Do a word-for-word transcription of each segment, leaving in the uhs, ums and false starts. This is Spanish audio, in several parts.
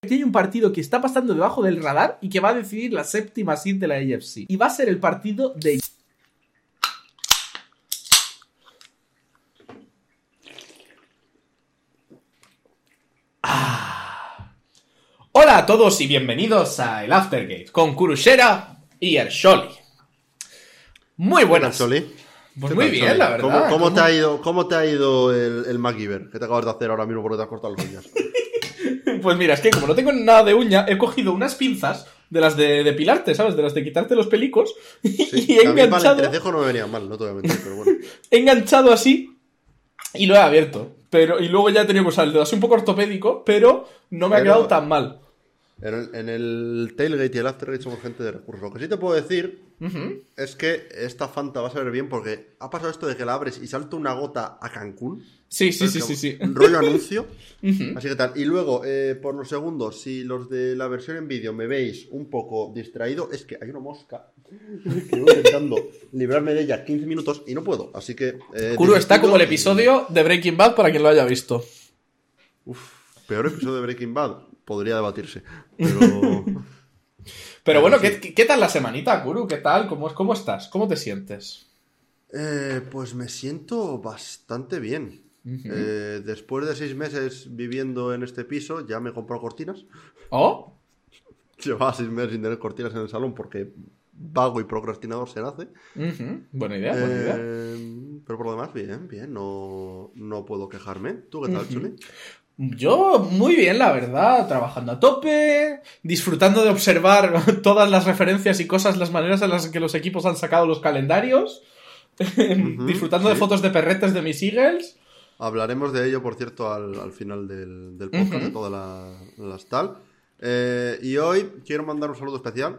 Aquí hay un partido que está pasando debajo del radar y que va a decidir la séptima seed de la A F C. Y va a ser el partido de... Ah. Hola a todos y bienvenidos a el Aftergate con Kurushera y el Sholi. Muy buenas. ¿Qué tal, Sholi? Pues muy bien, Sholi? La verdad. ¿Cómo, cómo, ¿Cómo? Te ha ido, ¿Cómo te ha ido el, el MacGyver que te acabas de hacer ahora mismo porque te has cortado las uñas? Pues mira, es que como no tengo nada de uña, he cogido unas pinzas de las de depilarte, ¿sabes? De las de quitarte los pelicos. Sí, y he enganchado... para el entrecejo no me venía mal, no te voy a mentir, pero bueno. He enganchado así y lo he abierto. Pero, y luego ya he tenido que usar el dedo así un poco ortopédico, pero no me pero, ha quedado tan mal. En el, en el Tailgate y el Aftergate somos gente de recursos. Lo que sí te puedo decir uh-huh. es que esta Fanta va a saber bien porque ha pasado esto de que la abres y salta una gota a Cancún. Sí, sí, sí, sí, sí. Un rollo anuncio. Uh-huh. Así que tal. Y luego, eh, por los segundos, si los de la versión en vídeo me veis un poco distraído, es que hay una mosca que voy intentando librarme de ella quince minutos y no puedo. Así que... Eh, Kuro está como el episodio de Breaking Bad para quien lo haya visto. Uf, peor episodio de Breaking Bad. Podría debatirse. Pero... pero bueno, ¿qué, ¿qué tal la semanita, Kuru? ¿Qué tal? ¿Cómo, cómo estás? ¿Cómo te sientes? Eh, pues me siento bastante bien. Uh-huh. Eh, después de seis meses viviendo en este piso, ya me he comprado cortinas. ¿Oh? Llevaba seis meses sin tener cortinas en el salón porque vago y procrastinador se nace. Uh-huh. Buena idea, buena idea. Eh, pero por lo demás, bien, bien. No, no puedo quejarme. ¿Tú qué tal, uh-huh. Chuli? Yo muy bien, la verdad, trabajando a tope, disfrutando de observar todas las referencias y cosas, las maneras en las que los equipos han sacado los calendarios, uh-huh, disfrutando sí. de fotos de perretes de mis Eagles. Hablaremos de ello, por cierto, al, al final del, del podcast, uh-huh. de todas las la tal. Eh, y hoy quiero mandar un saludo especial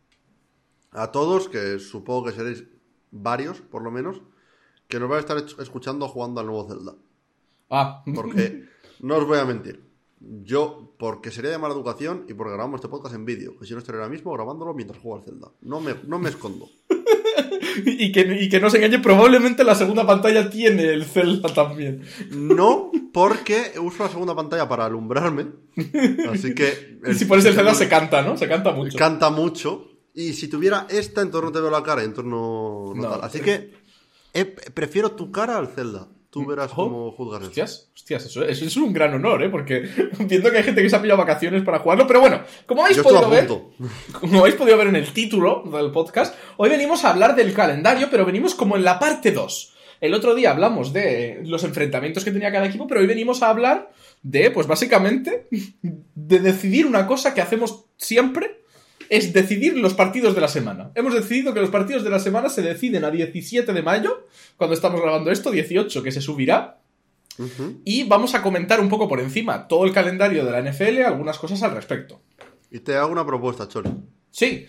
a todos, que supongo que seréis varios, por lo menos, que nos vais a estar escuchando jugando al nuevo Zelda. Ah. Porque... No os voy a mentir. Yo, porque sería de mala educación y porque grabamos este podcast en vídeo, que si no estaría ahora mismo grabándolo mientras juego al Zelda. No me, no me escondo. y, que, y que no se engañe, probablemente la segunda pantalla tiene el Zelda también. No, porque uso la segunda pantalla para alumbrarme. Así que... El, si pones el Zelda se canta, ¿no? Se canta mucho. Canta mucho. Y si tuviera esta, entonces no te veo la cara, entonces no, no, no tal. Así que eh, prefiero tu cara al Zelda. Tú verás oh, cómo juzgas eso. Hostias, hostias, eso, eso es un gran honor, ¿eh? Porque entiendo que hay gente que se ha pillado vacaciones para jugarlo, pero bueno, como habéis Yo podido ver, como habéis podido ver en el título del podcast, hoy venimos a hablar del calendario, pero venimos como en la parte dos. El otro día hablamos de los enfrentamientos que tenía cada equipo, pero hoy venimos a hablar de, pues básicamente, de decidir una cosa que hacemos siempre. Es decidir los partidos de la semana. Hemos decidido que los partidos de la semana se deciden a diecisiete de mayo, cuando estamos grabando esto, dieciocho, que se subirá. Uh-huh. Y vamos a comentar un poco por encima todo el calendario de la N F L, algunas cosas al respecto. Y te hago una propuesta, Chori. Sí.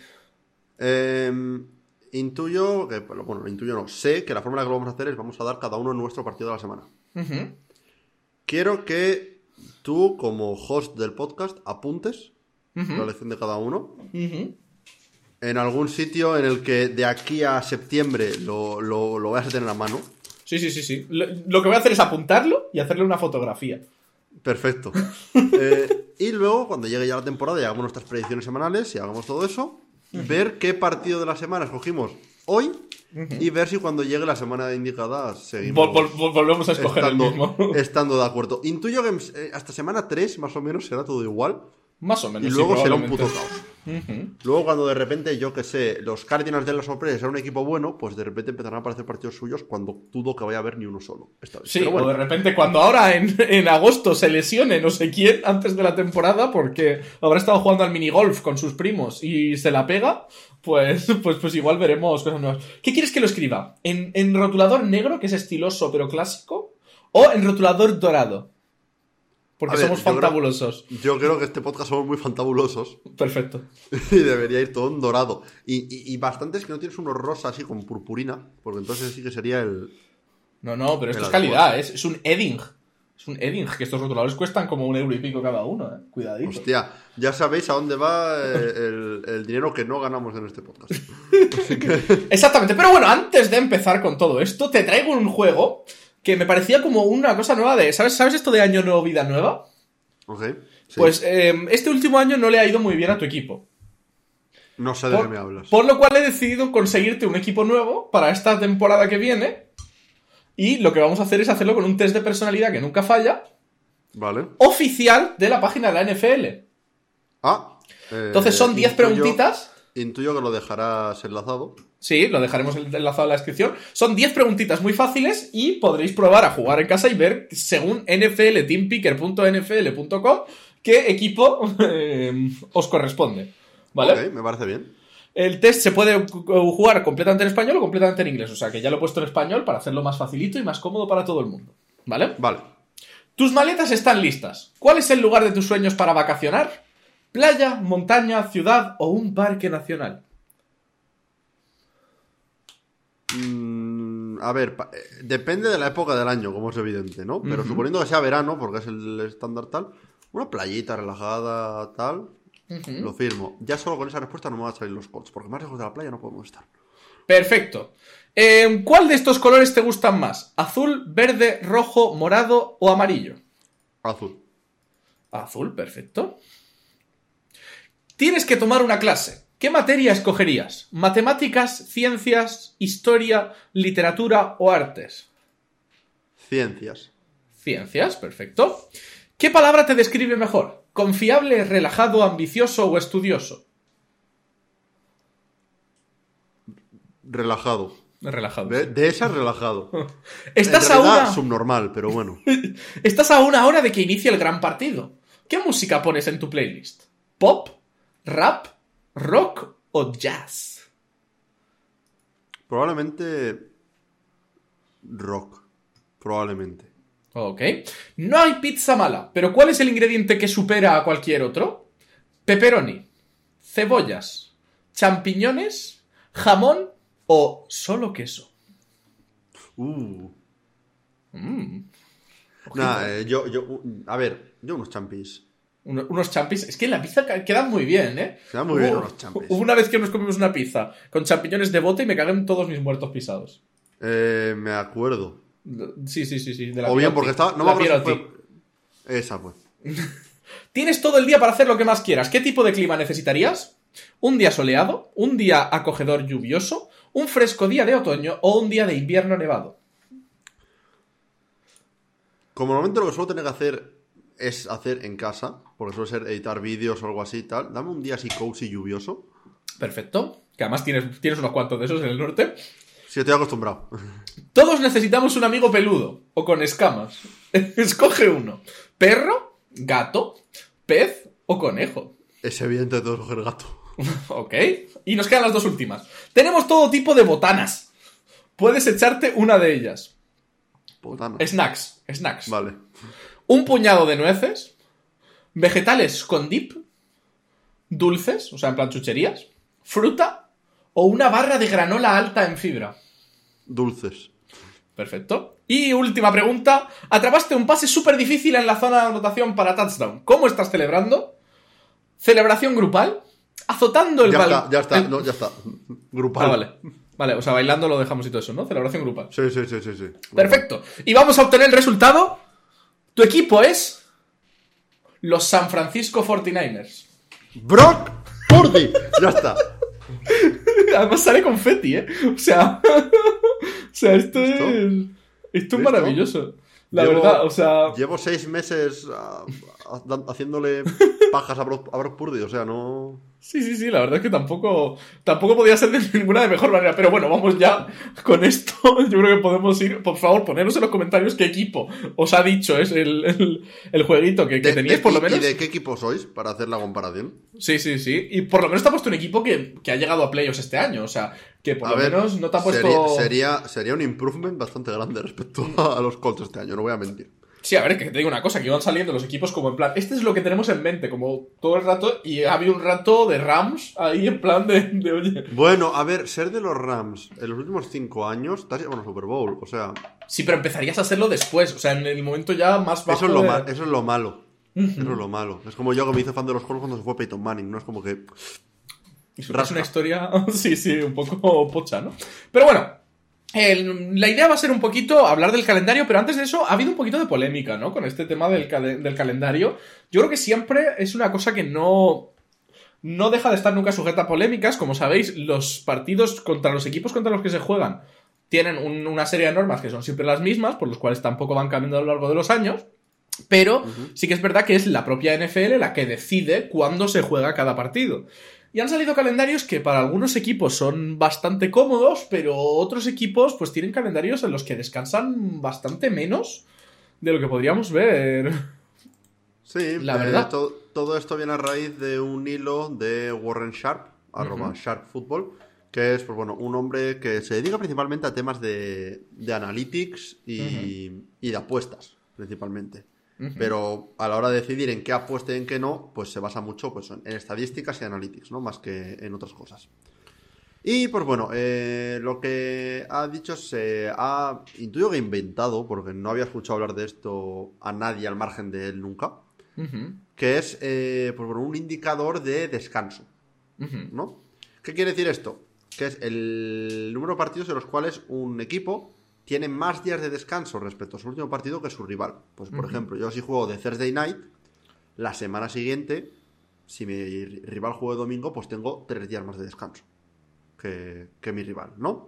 Eh, intuyo, que, bueno, intuyo no, sé que la forma en la que lo vamos a hacer es vamos a dar cada uno nuestro partido de la semana. Uh-huh. Quiero que tú, como host del podcast, apuntes Uh-huh. la elección de cada uno uh-huh. en algún sitio en el que de aquí a septiembre lo, lo, lo vayas a tener a mano. Sí, sí, sí, sí. Lo, lo que voy a hacer es apuntarlo y hacerle una fotografía. Perfecto. eh, y luego, cuando llegue ya la temporada y hagamos nuestras predicciones semanales y hagamos todo eso, uh-huh. ver qué partido de la semana escogimos hoy uh-huh. y ver si cuando llegue la semana indicada seguimos vol- vol- volvemos a escoger estando, el mismo. estando de acuerdo. Intuyo que eh, hasta semana tres más o menos será todo igual. Más o menos. Y luego sí, será un puto caos. Uh-huh. Luego, cuando de repente, yo que sé, los Cardinals de la sorpresa sean un equipo bueno, pues de repente empezarán a aparecer partidos suyos cuando dudo que vaya a haber ni uno solo. Esta vez. Sí, Pero bueno. O de repente, cuando ahora en, en agosto se lesione no sé quién antes de la temporada, porque habrá estado jugando al minigolf con sus primos y se la pega, pues, pues, pues igual veremos cosas nuevas. ¿Qué quieres que lo escriba? ¿En, en rotulador negro, que es estiloso pero clásico? ¿O en rotulador dorado? Porque ver, somos fantabulosos. Yo creo, yo creo que este podcast somos muy fantabulosos. Perfecto. Y debería ir todo en dorado. Y, y, y bastante es que no tienes uno rosa así con purpurina, porque entonces sí que sería el... No, no, pero esto es calidad, es, es un edding. Es un edding, que estos rotuladores cuestan como un euro y pico cada uno, ¿eh? Cuidadito. Hostia, ya sabéis a dónde va el, el dinero que no ganamos en este podcast. Así que... Exactamente, pero bueno, antes de empezar con todo esto, te traigo un juego... que me parecía como una cosa nueva de... ¿Sabes, ¿sabes esto de Año Nuevo, Vida Nueva? Ok. Sí. Pues eh, este último año no le ha ido muy bien a tu equipo. No sé de Por, qué me hablas. por lo cual he decidido conseguirte un equipo nuevo para esta temporada que viene. Y lo que vamos a hacer es hacerlo con un test de personalidad que nunca falla. Vale. Oficial de la página de la N F L. Ah. Eh, Entonces son diez preguntitas. Intuyo que lo dejarás enlazado. Sí, lo dejaremos enlazado en la descripción. Son diez preguntitas muy fáciles y podréis probar a jugar en casa y ver, según N F L team picker punto N F L punto com, qué equipo eh, os corresponde. ¿Vale? Ok, me parece bien. El test se puede jugar completamente en español o completamente en inglés. O sea que ya lo he puesto en español para hacerlo más facilito y más cómodo para todo el mundo. ¿Vale? Vale. Tus maletas están listas. ¿Cuál es el lugar de tus sueños para vacacionar? ¿Playa, montaña, ciudad o un parque nacional? Mm, a ver, pa- eh, depende de la época del año, como es evidente, ¿no? Pero Ujú. suponiendo que sea verano, porque es el estándar tal, una playita relajada, tal, Ujú. lo firmo. Ya solo con esa respuesta no me van a salir los Colts, porque más lejos de la playa no podemos estar. Perfecto. Eh, ¿Cuál de estos colores te gustan más? ¿Azul, verde, rojo, morado o amarillo? Azul. Azul, perfecto. Tienes que tomar una clase. ¿Qué materia escogerías? ¿Matemáticas, ciencias, historia, literatura o artes? Ciencias. Ciencias, perfecto. ¿Qué palabra te describe mejor? ¿Confiable, relajado, ambicioso o estudioso? Relajado. Relajado. De, de esa, relajado. Estás en a realidad, una... subnormal, pero bueno. Estás a una hora de que inicie el gran partido. ¿Qué música pones en tu playlist? ¿Pop? ¿Rap? ¿Rock o jazz? Probablemente... Rock. Probablemente. Ok. No hay pizza mala, pero ¿cuál es el ingrediente que supera a cualquier otro? Pepperoni, cebollas, champiñones, jamón o solo queso. Uh. Mm. Nah, eh, yo, yo... A ver, yo unos champis. Uno- unos champis. Es que en la pizza ca- quedan muy bien, ¿eh? Quedan muy bien unos champis. Hubo una vez que nos comimos una pizza con champiñones de bote y me cagué en todos mis muertos pisados. Eh, me acuerdo. Sí, sí, sí, sí. De la O bien Pierotti. porque estaba... No me La acuerdo si Pierotti. fue... Esa fue. Tienes todo el día para hacer lo que más quieras. ¿Qué tipo de clima necesitarías? ¿Un día soleado? ¿Un día acogedor lluvioso? ¿Un fresco día de otoño? ¿O un día de invierno nevado? Como normalmente lo que suelo tener que hacer es hacer en casa, porque suele ser editar vídeos o algo así y tal, dame un día así cozy lluvioso. Perfecto. Que además tienes, tienes unos cuantos de esos en el norte. Sí, estoy acostumbrado. Todos necesitamos un amigo peludo o con escamas. Escoge uno. ¿Perro? ¿Gato? ¿Pez o conejo? Es evidente de todos coger gato. Ok. Y nos quedan las dos últimas. Tenemos todo tipo de botanas. Puedes echarte una de ellas. Botana. Snacks. Snacks. Vale. Un puñado de nueces. Vegetales con dip. Dulces, o sea, en plan chucherías. Fruta. O una barra de granola alta en fibra. Dulces. Perfecto. Y última pregunta. Atrapaste un pase súper difícil en la zona de anotación para touchdown. ¿Cómo estás celebrando? ¿Celebración grupal? ¿Azotando el Ya balón? está, ya está, el- no, ya está. Grupal. Ah, vale. Vale, o sea, bailando lo dejamos y todo eso, ¿no? Celebración grupal. Sí, sí, sí, sí, sí. Perfecto. Y vamos a obtener el resultado. Tu equipo es... Los San Francisco cuarenta y nueve ers. Brock Purdy. Ya está. Además sale confeti, ¿eh? O sea... o sea, esto ¿Listo? es... Esto es ¿Listo? maravilloso. La Llevo- verdad, o sea... Llevo seis meses ah, ah, da- haciéndole pajas a Brock, a Brock Purdy, o sea, no... Sí, sí, sí, la verdad es que tampoco tampoco podía ser de ninguna de mejor manera. Pero bueno, vamos ya con esto. Yo creo que podemos ir. Por favor, poneros en los comentarios qué equipo os ha dicho es el, el, el jueguito que, que De- teníais, de- por lo y- menos. ¿Y de qué equipo sois para hacer la comparación? Sí, sí, sí. Y por lo menos te ha puesto un equipo que, que ha llegado a playoffs este año. O sea, que por A lo ver, menos no te ha puesto. sería, sería, sería un improvement bastante grande respecto a, a los Colts este año, no voy a mentir. Sí, a ver, que te digo una cosa, que iban saliendo los equipos como en plan, este es lo que tenemos en mente, como todo el rato, y ha habido un rato de Rams ahí en plan de, de oye. Bueno, a ver, ser de los Rams en los últimos cinco años, te has llevado una Super Bowl, o sea, Sí, pero empezarías a hacerlo después, o sea, en el momento ya más bajo. eso es lo, de- ma- eso es lo malo. Eso es lo malo. Es como yo que me hice fan de los Colts cuando se fue Peyton Manning, no es como que... Es Rasca. una historia, sí, sí, un poco pocha, ¿no? Pero bueno, El, la idea va a ser un poquito hablar del calendario, pero antes de eso ha habido un poquito de polémica, ¿no? Con este tema del, cal- del calendario. Yo creo que siempre es una cosa que no, no deja de estar nunca sujeta a polémicas. Como sabéis, los partidos contra los equipos contra los que se juegan tienen un, una serie de normas que son siempre las mismas, por los cuales tampoco van cambiando a lo largo de los años. Pero uh-huh. sí que es verdad que es la propia N F L la que decide cuándo se juega cada partido. Y han salido calendarios que para algunos equipos son bastante cómodos, pero otros equipos pues tienen calendarios en los que descansan bastante menos de lo que podríamos ver. Sí, la verdad. Eh, to- todo esto viene a raíz de un hilo de Warren Sharp, uh-huh. arroba Sharp Football, que es pues, bueno, un hombre que se dedica principalmente a temas de, de analytics y, uh-huh. y de apuestas, principalmente. Uh-huh. Pero a la hora de decidir en qué apueste y en qué no, pues se basa mucho pues, en estadísticas y analytics, ¿no? Más que en otras cosas. Y pues bueno, eh, lo que ha dicho se ha intuido que inventado, porque no había escuchado hablar de esto a nadie al margen de él nunca, uh-huh. que es eh, pues bueno, un indicador de descanso, uh-huh. ¿no? ¿Qué quiere decir esto? Que es el número de partidos en los cuales un equipo tiene más días de descanso respecto a su último partido que su rival. Pues, por uh-huh. ejemplo, yo si juego de Thursday Night, la semana siguiente, si mi rival juega de domingo, pues tengo tres días más de descanso que, que mi rival, ¿no?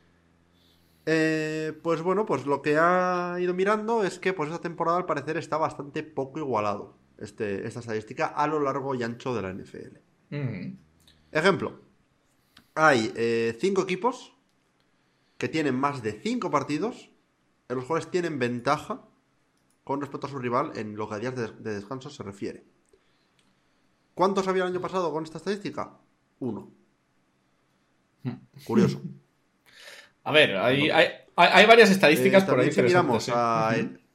Eh, pues bueno, pues lo que ha ido mirando es que pues esta temporada al parecer está bastante poco igualado este, esta estadística a lo largo y ancho de la N F L. Uh-huh. Ejemplo, hay eh, cinco equipos que tienen más de cinco partidos en los cuales tienen ventaja con respecto a su rival en lo que a días de, de descanso se refiere. ¿Cuántos había el año pasado con esta estadística? Uno. Curioso. A ver, hay, hay, hay varias estadísticas eh, por ahí. Si miramos sí. a...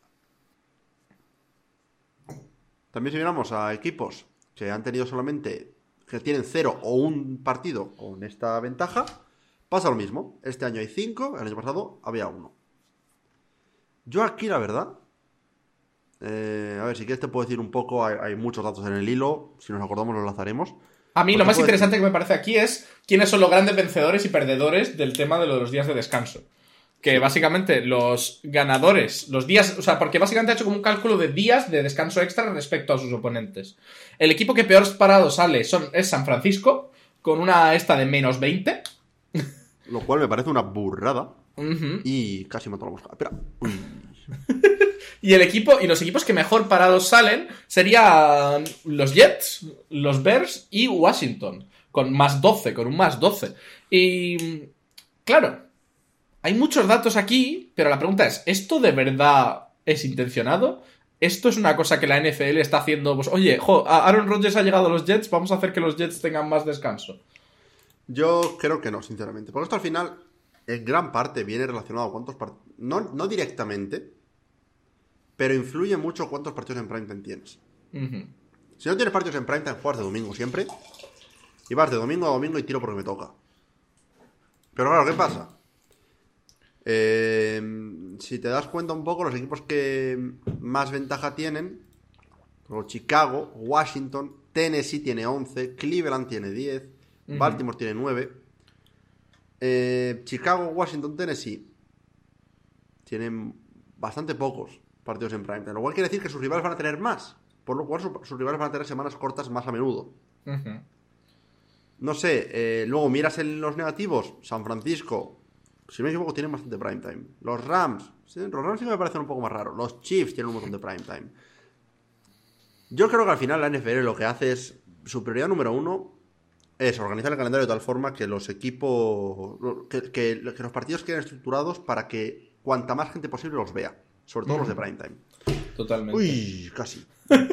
uh-huh. También si miramos a equipos que han tenido solamente, que tienen cero o un partido con esta ventaja, pasa lo mismo. Este año hay cinco, el año pasado había uno. Yo aquí, la verdad, eh, a ver, si quieres te puedo decir un poco, hay, hay muchos datos en el hilo, si nos acordamos los lanzaremos. A mí lo más interesante decir... que me parece aquí es quiénes son los grandes vencedores y perdedores del tema de los días de descanso. Que sí. Básicamente los ganadores, los días, o sea, porque básicamente ha hecho como un cálculo de días de descanso extra respecto a sus oponentes. El equipo que peor parado sale son, es San Francisco, con una esta de menos veinte. Lo cual me parece una burrada. Uh-huh. Y casi mato la mosca. Espera. Y el equipo, y los equipos que mejor parados salen serían los Jets, los Bears y Washington. Con más doce, con un más doce. Y claro, hay muchos datos aquí, pero la pregunta es, ¿esto de verdad es intencionado? ¿Esto es una cosa que la N F L está haciendo? Pues, oye, jo, Aaron Rodgers ha llegado a los Jets, vamos a hacer que los Jets tengan más descanso. Yo creo que no, sinceramente. Porque esto al final, en gran parte, viene relacionado a cuántos partidos. No, no directamente, pero influye mucho cuántos partidos en primetime tienes. Uh-huh. Si no tienes partidos en primetime, juegas de domingo siempre. Y vas de domingo a domingo y tiro porque me toca. Pero claro, ¿qué pasa? Eh, si te das cuenta un poco, los equipos que más ventaja tienen, como Chicago, Washington, Tennessee tiene once, Cleveland tiene diez, uh-huh. Baltimore tiene nueve. Eh, Chicago, Washington, Tennessee tienen bastante pocos partidos en primetime, lo cual quiere decir que sus rivales van a tener más, por lo cual su, sus rivales van a tener semanas cortas más a menudo. Uh-huh. No sé, eh, luego miras en los negativos, San Francisco, si no me equivoco, tienen bastante primetime. Los Rams, ¿sí? Los Rams sí que me parecen un poco más raros. Los Chiefs tienen un montón de primetime. Yo creo que al final la N F L lo que hace es, su prioridad número uno es organizar el calendario de tal forma que los equipos, que, que, que los partidos queden estructurados para que cuanta más gente posible los vea. Sobre todo mm. los de primetime. Totalmente. Uy, casi.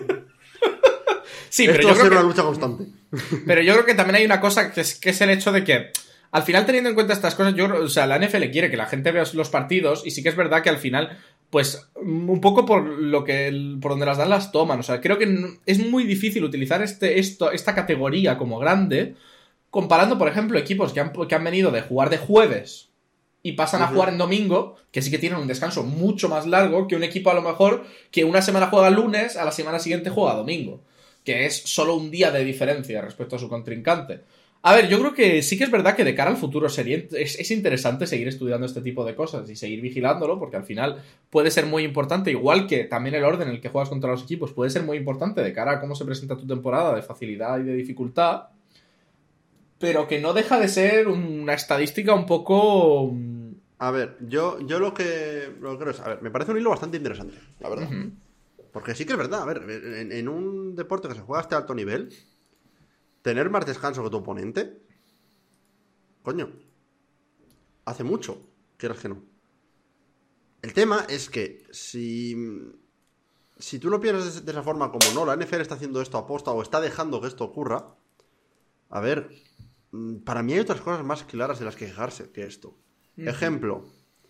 Sí, Esto pero yo va a creo ser que... una lucha constante. Pero yo creo que también hay una cosa que es, que es el hecho de que, al final, teniendo en cuenta estas cosas, yo, o sea, la N F L quiere que la gente vea los partidos, y sí que es verdad que al final, pues, un poco por lo que, por donde las dan las toman. O sea, creo que es muy difícil utilizar este, esto, esta categoría como grande, comparando, por ejemplo, equipos que han, que han venido de jugar de jueves y pasan uh-huh. a jugar en domingo, que sí que tienen un descanso mucho más largo que un equipo a lo mejor que una semana juega lunes, a la semana siguiente juega domingo, que es solo un día de diferencia respecto a su contrincante. A ver, yo creo que sí que es verdad que de cara al futuro sería, es, es interesante seguir estudiando este tipo de cosas y seguir vigilándolo, porque al final puede ser muy importante, igual que también el orden en el que juegas contra los equipos puede ser muy importante de cara a cómo se presenta tu temporada de facilidad y de dificultad, pero que no deja de ser una estadística un poco... A ver, yo, yo lo que lo que creo es, a ver, me parece un hilo bastante interesante, la verdad. Uh-huh. Porque sí que es verdad, a ver, en, en un deporte que se juega a este alto nivel, tener más descanso que tu oponente, coño, hace mucho, quieras que no. El tema es que si, si tú lo piensas de esa forma como no, la N F L está haciendo esto a posta o está dejando que esto ocurra, a ver, para mí hay otras cosas más claras de las que quejarse que esto. Uh-huh. Ejemplo,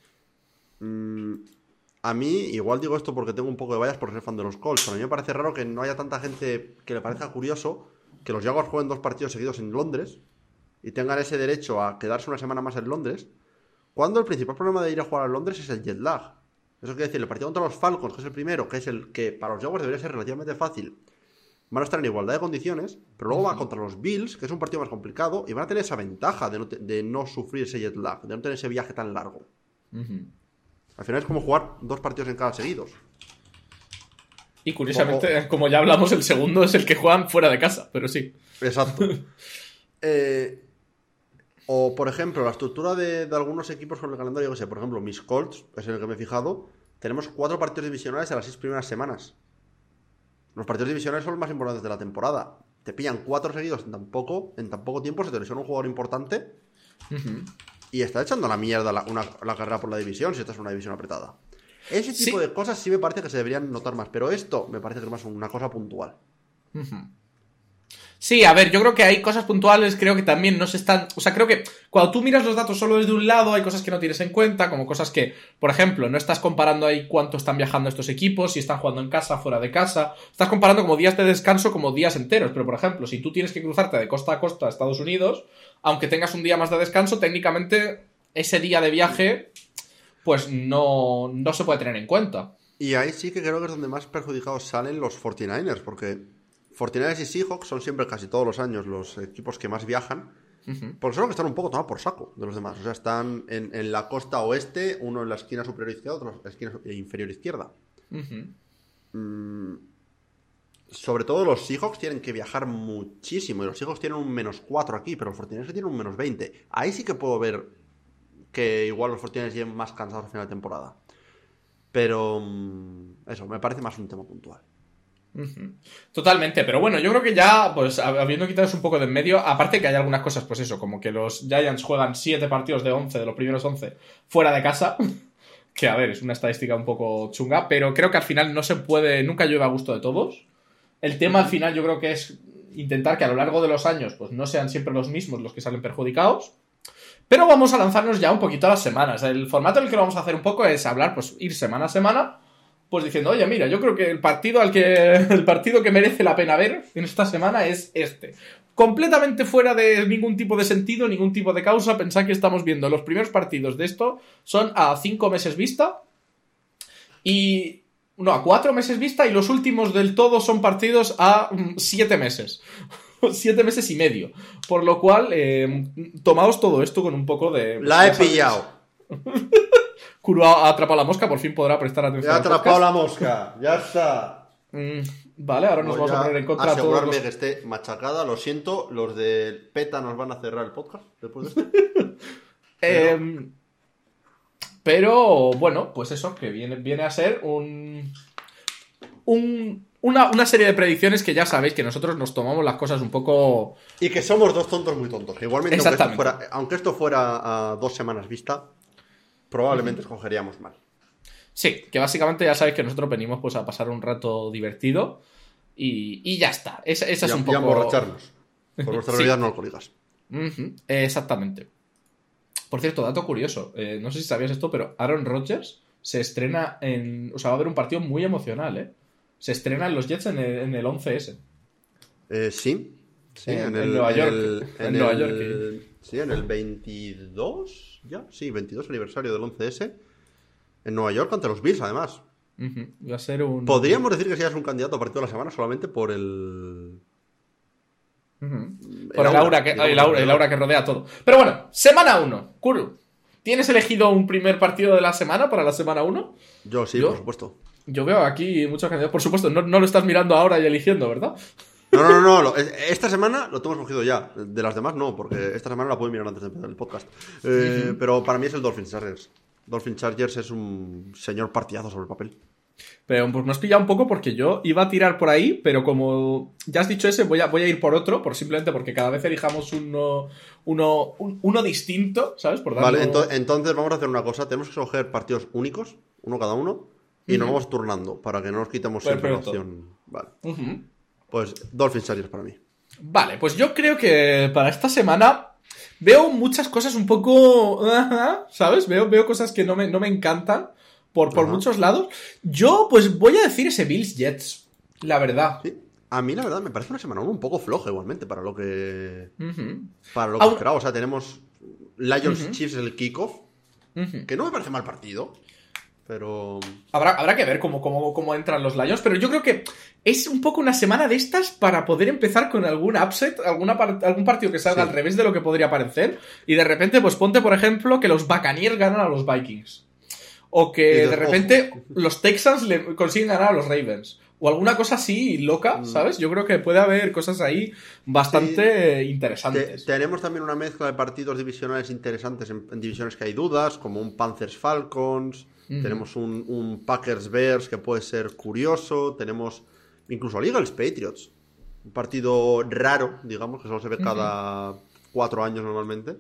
mmm, a mí, igual digo esto porque tengo un poco de vallas por ser fan de los Colts, pero a mí me parece raro que no haya tanta gente que le parezca curioso que los Jaguars jueguen dos partidos seguidos en Londres y tengan ese derecho a quedarse una semana más en Londres, cuando el principal problema de ir a jugar a Londres es el jet lag. Eso quiere decir, el partido contra los Falcons, que es el primero, que es el que para los Jaguars debería ser relativamente fácil, van a estar en igualdad de condiciones, pero luego van contra los Bills, que es un partido más complicado, y van a tener esa ventaja de no, te- de no sufrir ese jet lag, de no tener ese viaje tan largo. Uh-huh. Al final es como jugar dos partidos en cada seguidos. Y curiosamente, o, como ya hablamos, el segundo es el que juegan fuera de casa, pero sí. Exacto. eh, o, por ejemplo, la estructura de, de algunos equipos con el calendario, que sé, por ejemplo, mis Colts, es en el que me he fijado, tenemos cuatro partidos divisionales en las seis primeras semanas. Los partidos divisionales son los más importantes de la temporada. Te pillan cuatro seguidos en tan poco, en tan poco tiempo, se te lesiona un jugador importante uh-huh. y está echando la mierda la, una, la carrera por la división si estás en una división apretada. Ese tipo sí. de cosas sí me parece que se deberían notar más, pero esto me parece que es más una cosa puntual. Uh-huh. Sí, a ver, yo creo que hay cosas puntuales, creo que también no se están... O sea, creo que cuando tú miras los datos solo desde un lado, hay cosas que no tienes en cuenta, como cosas que, por ejemplo, no estás comparando ahí cuánto están viajando estos equipos, si están jugando en casa, fuera de casa. Estás comparando como días de descanso como días enteros, pero, por ejemplo, si tú tienes que cruzarte de costa a costa a Estados Unidos, aunque tengas un día más de descanso, técnicamente ese día de viaje, pues no, no se puede tener en cuenta. Y ahí sí que creo que es donde más perjudicados salen los cuarenta y nueve ers, porque... cuarenta y nueve ers y Seahawks son siempre, casi todos los años, los equipos que más viajan. Uh-huh. Porque son los que están un poco tomados por saco de los demás. O sea, están en, en la costa oeste, uno en la esquina superior izquierda, otro en la esquina inferior izquierda. Uh-huh. Mm, sobre todo los Seahawks tienen que viajar muchísimo. Y los Seahawks tienen un menos cuatro aquí, pero los cuarenta y nueve ers tienen un menos veinte. Ahí sí que puedo ver que igual los cuarenta y nueve ers lleguen más cansados al final de temporada. Pero eso, me parece más un tema puntual. Uh-huh. Totalmente, pero bueno, yo creo que ya, pues habiendo quitado eso un poco de en medio, aparte que hay algunas cosas, pues eso, como que los Giants juegan siete partidos de once, de los primeros once, fuera de casa, que a ver, es una estadística un poco chunga, pero creo que al final no se puede, nunca llueve a gusto de todos. El tema al final yo creo que es intentar que a lo largo de los años pues no sean siempre los mismos los que salen perjudicados, pero vamos a lanzarnos ya un poquito a las semanas. El formato en el que lo vamos a hacer un poco es hablar, pues ir semana a semana, pues diciendo, oye, mira, yo creo que el partido al que el partido que merece la pena ver en esta semana es este. Completamente fuera de ningún tipo de sentido, ningún tipo de causa. Pensad que estamos viendo los primeros partidos de esto son a cinco meses vista y... no, a cuatro meses vista, y los últimos del todo son partidos a mm, siete meses. Siete meses y medio. Por lo cual, eh, tomaos todo esto con un poco de... Pues, la he pillado. Kuro ha atrapado la mosca, por fin podrá prestar atención. Ya ha atrapado la mosca, ya está. Mm, vale, ahora nos Voy vamos a poner en contra asegurarme todos los... que esté machacada, lo siento, los de PETA nos van a cerrar el podcast después de esto. eh, pero... pero, bueno, pues eso, que viene, viene a ser un... un una, una serie de predicciones que ya sabéis que nosotros nos tomamos las cosas un poco... Y que somos dos tontos muy tontos. Igualmente, aunque esto fuera, aunque esto fuera a dos semanas vista... probablemente escogeríamos mal. Sí, que básicamente ya sabéis que nosotros venimos pues a pasar un rato divertido y, y ya está. Esa, esa es y, un y poco... a emborracharnos. Por nuestra realidad sí. No alcohólicas. Uh-huh. Exactamente. Por cierto, dato curioso. Eh, no sé si sabías esto, pero Aaron Rodgers se estrena en... O sea, va a haber un partido muy emocional, ¿eh? Se estrena en los Jets en el, en el once ese. Eh, sí. Sí, en, en, en el, Nueva York. En, el, en en Nueva el, York. Sí, en el veintidós, ya, sí, veintidós aniversario del once ese. En Nueva York ante los Bills, además. Uh-huh. Va a ser un... Podríamos decir que seas un candidato a partido de la semana solamente por el... Uh-huh. Por el aura, que, el, aura, el aura que rodea todo. Pero bueno, semana uno. Kuru, ¿tienes elegido un primer partido de la semana para la semana uno? Yo sí, yo, por supuesto. Yo veo aquí muchos candidatos. Por supuesto, no, no lo estás mirando ahora y eligiendo, ¿verdad? No, no, no, no. Esta semana lo tengo escogido ya. De las demás no, porque esta semana la puedo mirar antes de empezar el podcast. Eh, uh-huh. Pero para mí es el Dolphins Chargers. Dolphins Chargers es un señor partidazo sobre el papel. Pero pues me has pillado un poco porque yo iba a tirar por ahí, pero como ya has dicho ese, voy a, voy a ir por otro, por simplemente porque cada vez elijamos uno, uno, un, uno distinto, ¿sabes? Por darlo... Vale, ento- entonces vamos a hacer una cosa. Tenemos que escoger partidos únicos, uno cada uno, y uh-huh. nos vamos turnando para que no nos quitemos siempre la opción. Vale. Uh-huh. Pues Dolphins Chargers para mí. Vale, pues yo creo que para esta semana veo muchas cosas un poco... ¿Sabes? Veo, veo cosas que no me, no me encantan. Por, por muchos lados. Yo, pues voy a decir ese Bills Jets. La verdad. Sí. A mí, la verdad, me parece una semana un poco floja igualmente para lo que. Uh-huh. Para lo que Aún... esperaba. O sea, tenemos Lions uh-huh. Chiefs el kickoff. Uh-huh. Que no me parece mal partido. Pero. Habrá, habrá que ver cómo, cómo, cómo entran los Lions. Pero yo creo que es un poco una semana de estas para poder empezar con algún upset. Alguna part- algún partido que salga sí. al revés de lo que podría parecer. Y de repente, pues ponte, por ejemplo, que los Buccaneers ganan a los Vikings. O que de, de repente ojo. los Texans le consiguen ganar a los Ravens. O alguna cosa así loca, ¿sabes? Yo creo que puede haber cosas ahí bastante sí. interesantes. Te, tenemos también una mezcla de partidos divisionales interesantes en, en divisiones que hay dudas, como un Panthers-Falcons. Uh-huh. Tenemos un, un Packers-Bears que puede ser curioso. Tenemos incluso Eagles-Patriots. Un partido raro, digamos, que solo se ve uh-huh. cada cuatro años normalmente.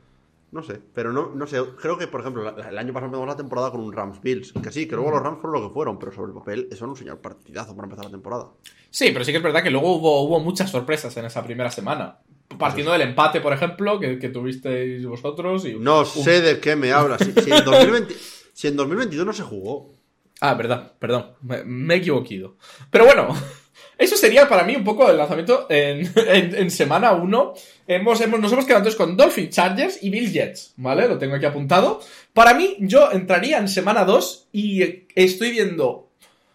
No sé, pero no, no sé, creo que, por ejemplo, el año pasado empezamos la temporada con un Rams-Bills, que sí, que luego los Rams fueron lo que fueron, pero sobre el papel eso era un señor partidazo para empezar la temporada. Sí, pero sí que es verdad que luego hubo, hubo muchas sorpresas en esa primera semana. Partiendo del empate, por ejemplo, que, que tuvisteis vosotros. Y... No sé de qué me hablas. Si, si, en dos mil veinte, si en dos mil veintidós no se jugó. Ah, verdad, perdón, me, me he equivocado. Pero bueno... Eso sería para mí un poco el lanzamiento en, en, en semana uno. Hemos, hemos, nos hemos quedado entonces con Dolphins Chargers y Bills Jets, ¿vale? Lo tengo aquí apuntado. Para mí, yo entraría en semana dos y estoy viendo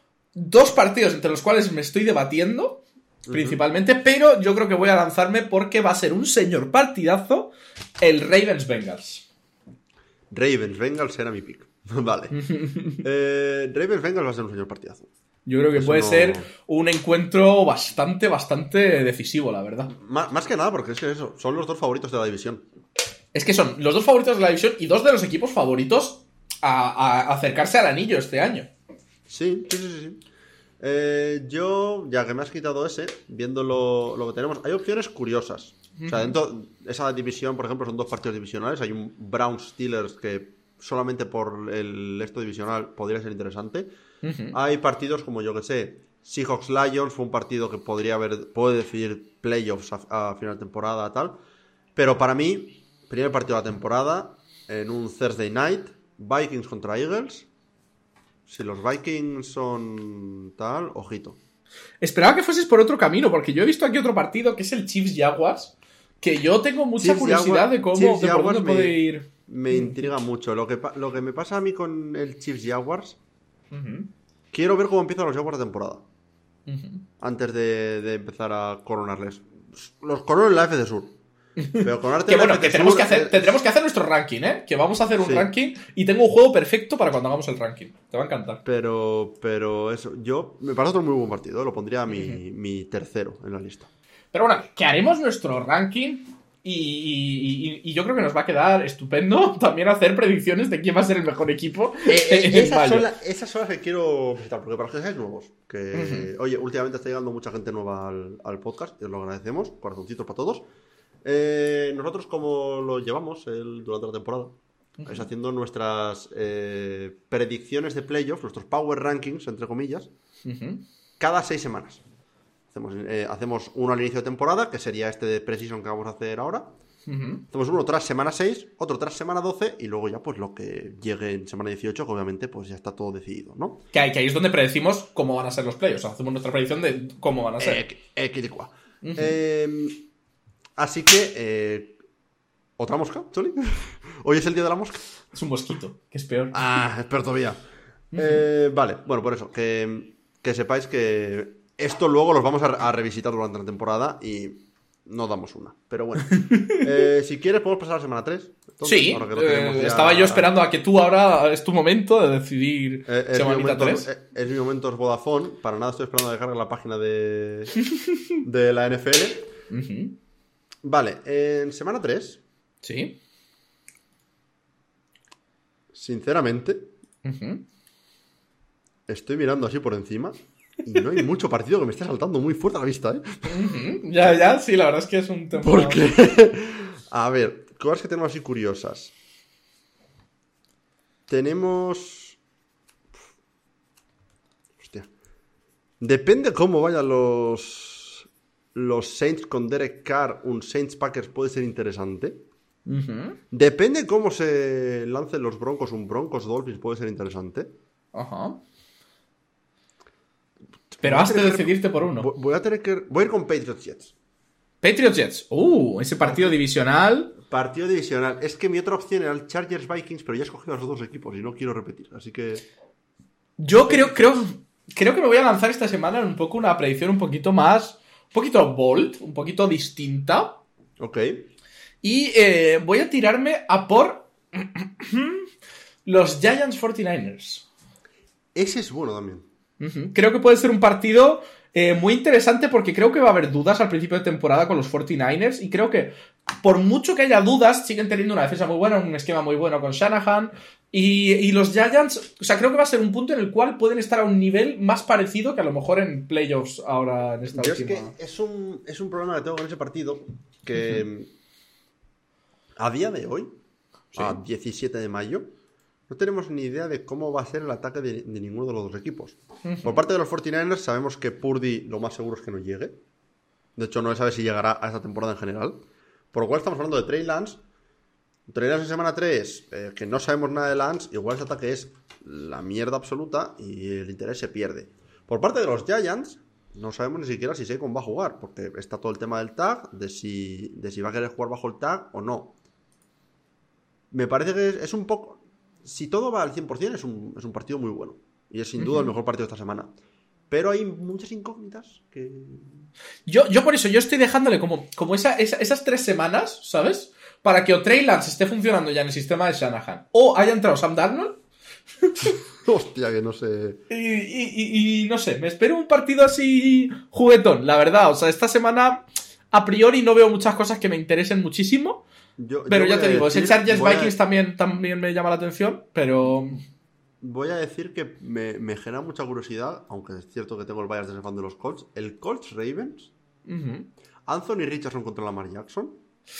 dos partidos entre los cuales me estoy debatiendo, uh-huh. principalmente, pero yo creo que voy a lanzarme porque va a ser un señor partidazo el Ravens-Bengals. Ravens-Bengals era mi pick. Vale. eh, Ravens-Bengals va a ser un señor partidazo. Yo creo que Eso puede no... ser un encuentro bastante, bastante decisivo, la verdad. Más, más que nada porque es que eso, son los dos favoritos de la división. Es que son los dos favoritos de la división y dos de los equipos favoritos a, a acercarse al anillo este año. Sí, sí, sí, sí. Eh, yo, ya que me has quitado ese, viendo lo, lo que tenemos, hay opciones curiosas. Uh-huh. O sea, dentro de esa división, por ejemplo, son dos partidos divisionales. Hay un Browns-Steelers que solamente por el esto divisional podría ser interesante. Uh-huh. Hay partidos como, yo que sé, Seahawks-Lions fue un partido que podría haber, puede decidir playoffs a, a final de temporada, tal. Pero para mí, primer partido de la temporada, en un Thursday night, Vikings contra Eagles. Si los Vikings son tal, ojito. Esperaba que fueses por otro camino, porque yo he visto aquí otro partido que es el Chiefs-Jaguars, que yo tengo mucha Chiefs curiosidad Jaguar, de cómo Chiefs de por dónde me, puede ir. Me intriga mucho. Lo que, lo que me pasa a mí con el Chiefs-Jaguars... Uh-huh. Quiero ver cómo empiezan los Jaguars de temporada. Uh-huh. Antes de, de empezar a coronarles. Los corono en la F C Sur. Pero coronarte que bueno, en la F C que tenemos Sur, que hacer, eh... tendremos que hacer nuestro ranking, ¿eh? Que vamos a hacer un sí. ranking y tengo un juego perfecto para cuando hagamos el ranking. Te va a encantar. Pero, pero eso, yo me parece otro muy buen partido. Lo pondría a mi, uh-huh. mi tercero en la lista. Pero bueno, que haremos nuestro ranking. Y, y, y yo creo que nos va a quedar estupendo también hacer predicciones de quién va a ser el mejor equipo. Eh, eh, esas, son la, esas son las que quiero visitar, porque para los que seáis nuevos, que uh-huh. oye, últimamente está llegando mucha gente nueva al, al podcast, y os lo agradecemos, corazoncitos para todos. Eh, nosotros, como lo llevamos el, durante la temporada, uh-huh. es haciendo nuestras eh, predicciones de playoffs, nuestros power rankings, entre comillas, uh-huh. cada seis semanas. Hacemos, eh, hacemos uno al inicio de temporada, que sería este de Precision que vamos a hacer ahora. Uh-huh. Hacemos uno tras semana seis, otro tras semana doce, y luego ya pues lo que llegue en semana dieciocho, que obviamente pues ya está todo decidido, ¿no? Que, hay, que ahí es donde predecimos cómo van a ser los playoffs. O sea, hacemos nuestra predicción de cómo van a ser. Eh, eh, eh, uh-huh. eh, así que... Eh, ¿otra mosca, Choli? ¿Hoy es el día de la mosca? Es un mosquito, que es peor. Ah, es peor todavía. Uh-huh. eh, vale, bueno, por eso, que, que sepáis que... Esto luego los vamos a, a revisitar durante la temporada y no damos una. Pero bueno. eh, si quieres, podemos pasar a la semana tres. Entonces, sí, ahora que lo tenemos eh, ya... estaba yo esperando a que tú ahora es tu momento de decidir eh, es semanita mi momento, tres. Es, es mi momento es Vodafone. Para nada estoy esperando a descargar la página de, de la N F L. Uh-huh. Vale, en semana tres. Sí. Sinceramente, Uh-huh. estoy mirando así por encima y no hay mucho partido que me esté saltando muy fuerte a la vista, ¿eh? Uh-huh. Ya, ya, sí, la verdad es que es un tema... Porque, a ver, cosas que tenemos así curiosas. Tenemos... Hostia. Depende cómo vayan los... Los Saints con Derek Carr, un Saints Packers puede ser interesante. Uh-huh. Depende cómo se lancen los Broncos, un Broncos Dolphins puede ser interesante. Ajá. Pero has de decidirte por uno. Voy a tener que... Voy a ir con Patriots Jets. Patriots Jets. Uh, ese partido divisional. Partido divisional. Es que mi otra opción era el Chargers Vikings, pero ya he escogido a los dos equipos y no quiero repetir. Así que... Yo creo, creo, creo que me voy a lanzar esta semana en un poco una predicción un poquito más... Un poquito bold, un poquito distinta. Ok. Y eh, voy a tirarme a por los Giants cuarenta y nueve ers. Ese es bueno también. Uh-huh. Creo que puede ser un partido eh, muy interesante porque creo que va a haber dudas al principio de temporada con los cuarenta y nueve ers y creo que por mucho que haya dudas siguen teniendo una defensa muy buena, un esquema muy bueno con Shanahan y, y los Giants, o sea, creo que va a ser un punto en el cual pueden estar a un nivel más parecido que a lo mejor en playoffs ahora en esta Yo última. es que es un, es un problema que tengo con ese partido que uh-huh. a día de hoy, sí. a diecisiete de mayo, no tenemos ni idea de cómo va a ser el ataque de, de ninguno de los dos equipos. Uh-huh. Por parte de los cuarenta y nueve ers sabemos que Purdy lo más seguro es que no llegue. De hecho, no se sabe si llegará a esta temporada en general. Por lo cual estamos hablando de Trey Lance. Trey Lance en semana tres, eh, que no sabemos nada de Lance, igual ese ataque es la mierda absoluta y el interés se pierde. Por parte de los Giants, no sabemos ni siquiera si Saquon va a jugar, porque está todo el tema del tag, de si, de si va a querer jugar bajo el tag o no. Me parece que es, es un poco... Si todo va al cien por ciento es un, es un partido muy bueno. Y es sin duda uh-huh. el mejor partido de esta semana. Pero hay muchas incógnitas que... Yo, yo por eso, yo estoy dejándole como, como esa, esa, esas tres semanas, ¿sabes? Para que o Trey Lance esté funcionando ya en el sistema de Shanahan, o haya entrado Sam Darnold. Hostia, que no sé... Y, y, y, y no sé, me espero un partido así juguetón, la verdad. O sea, esta semana a priori no veo muchas cosas que me interesen muchísimo. Yo, pero yo ya te digo, decir, ese Chargers Vikings a... también, también me llama la atención, pero... Voy a decir que me, me genera mucha curiosidad, aunque es cierto que tengo el bias de ser fan de los Colts. El Colts Ravens, uh-huh. Anthony Richardson contra Lamar Jackson.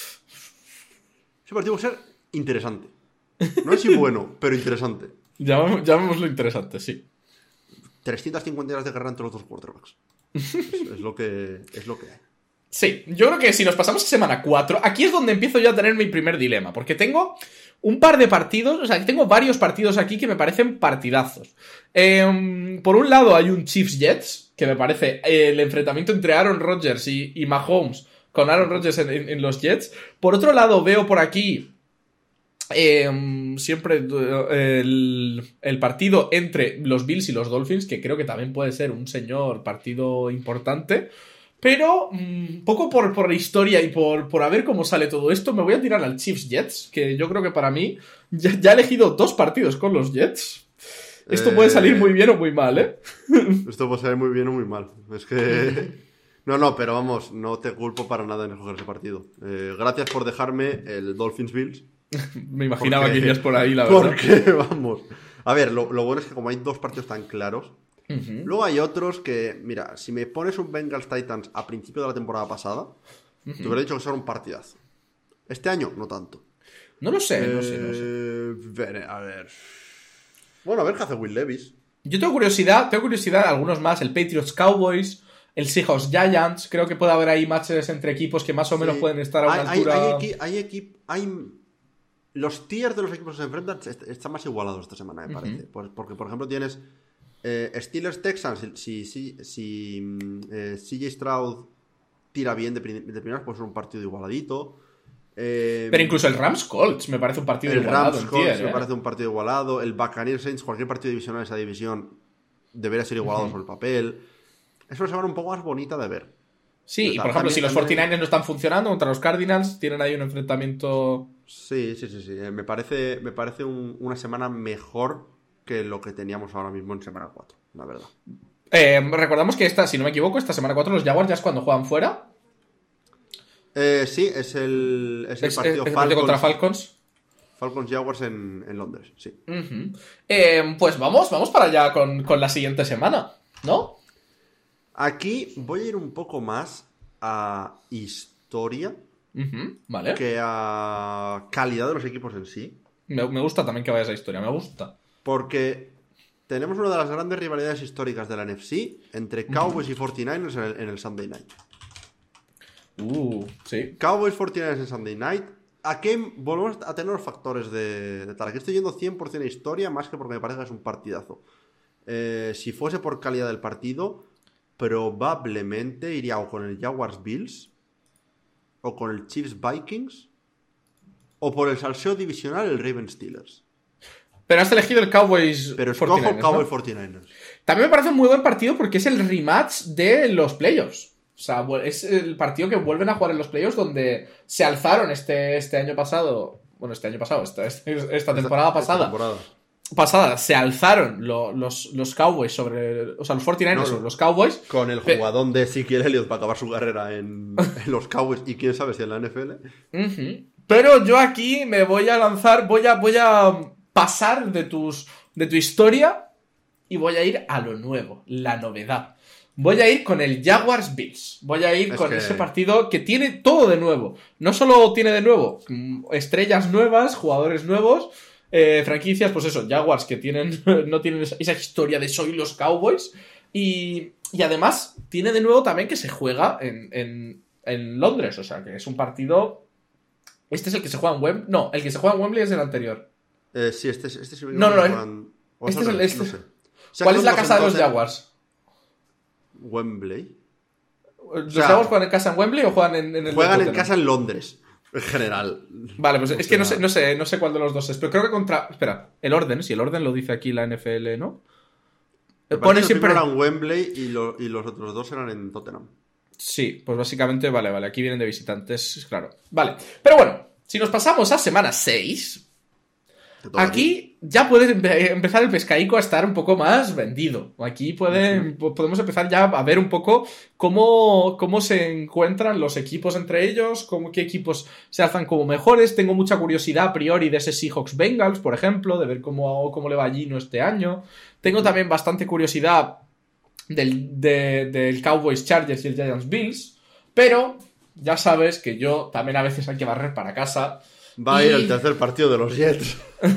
Ese partido va a ser interesante. No es si bueno, pero interesante. Llamémoslo interesante, sí. trescientas cincuenta horas de guerra entre los dos quarterbacks. es, es, lo que, es lo que hay. Sí, yo creo que si nos pasamos a semana cuatro, aquí es donde empiezo yo a tener mi primer dilema, porque tengo un par de partidos, o sea, tengo varios partidos aquí que me parecen partidazos. Eh, por un lado hay un Chiefs-Jets, que me parece el enfrentamiento entre Aaron Rodgers y, y Mahomes, con Aaron Rodgers en, en, en los Jets. Por otro lado veo por aquí eh, siempre el, el partido entre los Bills y los Dolphins, que creo que también puede ser un señor partido importante. Pero, un poco por, por la historia y por, por a ver cómo sale todo esto, me voy a tirar al Chiefs-Jets, que yo creo que para mí ya, ya he elegido dos partidos con los Jets. Esto eh... puede salir muy bien o muy mal, ¿eh? Esto puede salir muy bien o muy mal. Es que... No, no, pero vamos, no te culpo para nada en escoger ese partido. Eh, gracias por dejarme el Dolphins-Bills. Me imaginaba porque... que irías por ahí, la verdad. Porque, vamos... A ver, lo, lo bueno es que como hay dos partidos tan claros... Uh-huh. Luego hay otros que, mira, si me pones un Bengals Titans a principio de la temporada pasada, uh-huh. te hubiera dicho que será un partidazo. Este año, no tanto. No lo sé, eh, no sé, no sé. A ver. Bueno, a ver qué hace Will Levis. Yo tengo curiosidad, tengo curiosidad, algunos más, el Patriots Cowboys, el Seahawks Giants, creo que puede haber ahí matches entre equipos que más o menos sí. pueden estar a una hay, altura... Hay, hay, hay, equi- hay Los tiers de los equipos que se enfrentan están más igualados esta semana, me parece. Uh-huh. Porque, por ejemplo, tienes... Eh, Steelers Texans, si, si, si eh, C J Stroud tira bien de, prim- de primeras, puede ser un partido igualadito. Eh, Pero incluso el Rams Colts me parece un partido el igualado. Rams Colts tier, me eh. parece un partido igualado. El Buccaneers Saints, cualquier partido divisional de esa división debería ser igualado uh-huh. sobre el papel. Es una semana un poco más bonita de ver. Sí, y por ejemplo, también, si los también... cuarenta y nueve ers no están funcionando contra los Cardinals, tienen ahí un enfrentamiento... Sí, sí, sí, sí. Me parece, me parece un, una semana mejor que lo que teníamos ahora mismo en semana cuatro, la verdad. Eh, recordamos que esta, si no me equivoco, esta semana cuatro los Jaguars ya es cuando juegan fuera. Eh, sí, es el, es el es, partido, es el partido contra Falcons. Falcons Jaguars en, en Londres, sí. Uh-huh. Eh, pues vamos, vamos para allá con, con la siguiente semana, ¿no? Aquí voy a ir un poco más a historia uh-huh. Vale. que a calidad de los equipos en sí. Me, me gusta también que vayas a historia, me gusta. Porque tenemos una de las grandes rivalidades históricas de la N F C entre Cowboys uh-huh. y cuarenta y nueve ers en el, en el Sunday Night. Uh, sí. Cowboys cuarenta y nueve ers en Sunday Night. Aquí volvemos a tener los factores de, de tal. Aquí estoy yendo cien por ciento a historia más que porque me parece que es un partidazo. Eh, si fuese por calidad del partido, probablemente iría o con el Jaguars Bills, o con el Chiefs Vikings, o por el salseo divisional el Ravens Steelers. Pero has elegido el Cowboys. Pero escojo cuarenta y nueve ers, Cowboys ¿no? cuarenta y nueve ers. También me parece un muy buen partido porque es el rematch de los playoffs. O sea, es el partido que vuelven a jugar en los playoffs donde se alzaron este, este año pasado. Bueno, este año pasado, esta, esta temporada esta, pasada. Esta temporada. Pasada, se alzaron lo, los, los Cowboys sobre. O sea, los cuarenta y nueve ers no, sobre los Cowboys. Con el jugadón de Ezekiel Elliott para acabar su carrera en, en los Cowboys y quién sabe si en la N F L. Uh-huh. Pero yo aquí me voy a lanzar, voy a, voy a pasar de, tus, de tu historia y voy a ir a lo nuevo, la novedad. Voy a ir con el Jaguars Bills. Voy a ir es con que... ese partido que tiene todo de nuevo. No solo tiene de nuevo estrellas nuevas, jugadores nuevos, eh, franquicias, pues eso, Jaguars que tienen no tienen esa historia de soy los Cowboys. Y, y además tiene de nuevo también que se juega en, en, en Londres. O sea, que es un partido... ¿Este es el que se juega en Wembley? No, el que se juega en Wembley es el anterior. Eh, sí, este es... Este es no, no, no. Juegan... Este es el... Este... No sé. ¿Cuál es la casa de los Jaguars? Wembley. ¿Los o sea, Jaguars juegan en casa en Wembley o juegan en, en el Juegan en casa en Londres, en general. Vale, pues es que no sé, no sé, no sé cuál de los dos es, pero creo que contra... Espera, el orden, si el orden lo dice aquí la N F L, ¿no? Pone siempre... eran Wembley y, lo, y los otros dos eran en Tottenham. Sí, pues básicamente, vale, vale, aquí vienen de visitantes, claro. Vale, pero bueno, si nos pasamos a semana seis... Aquí ya puede empezar el pescaico a estar un poco más vendido. Aquí puede, uh-huh. podemos empezar ya a ver un poco cómo, cómo se encuentran los equipos entre ellos, cómo, qué equipos se alzan como mejores. Tengo mucha curiosidad a priori de ese Seahawks Bengals, por ejemplo, de ver cómo, cómo le va a Gino este año. Tengo también bastante curiosidad del, de, del Cowboys Chargers y el Giants Bills, pero ya sabes que yo también a veces hay que barrer para casa. Va a ir y... el tercer partido de los Jets.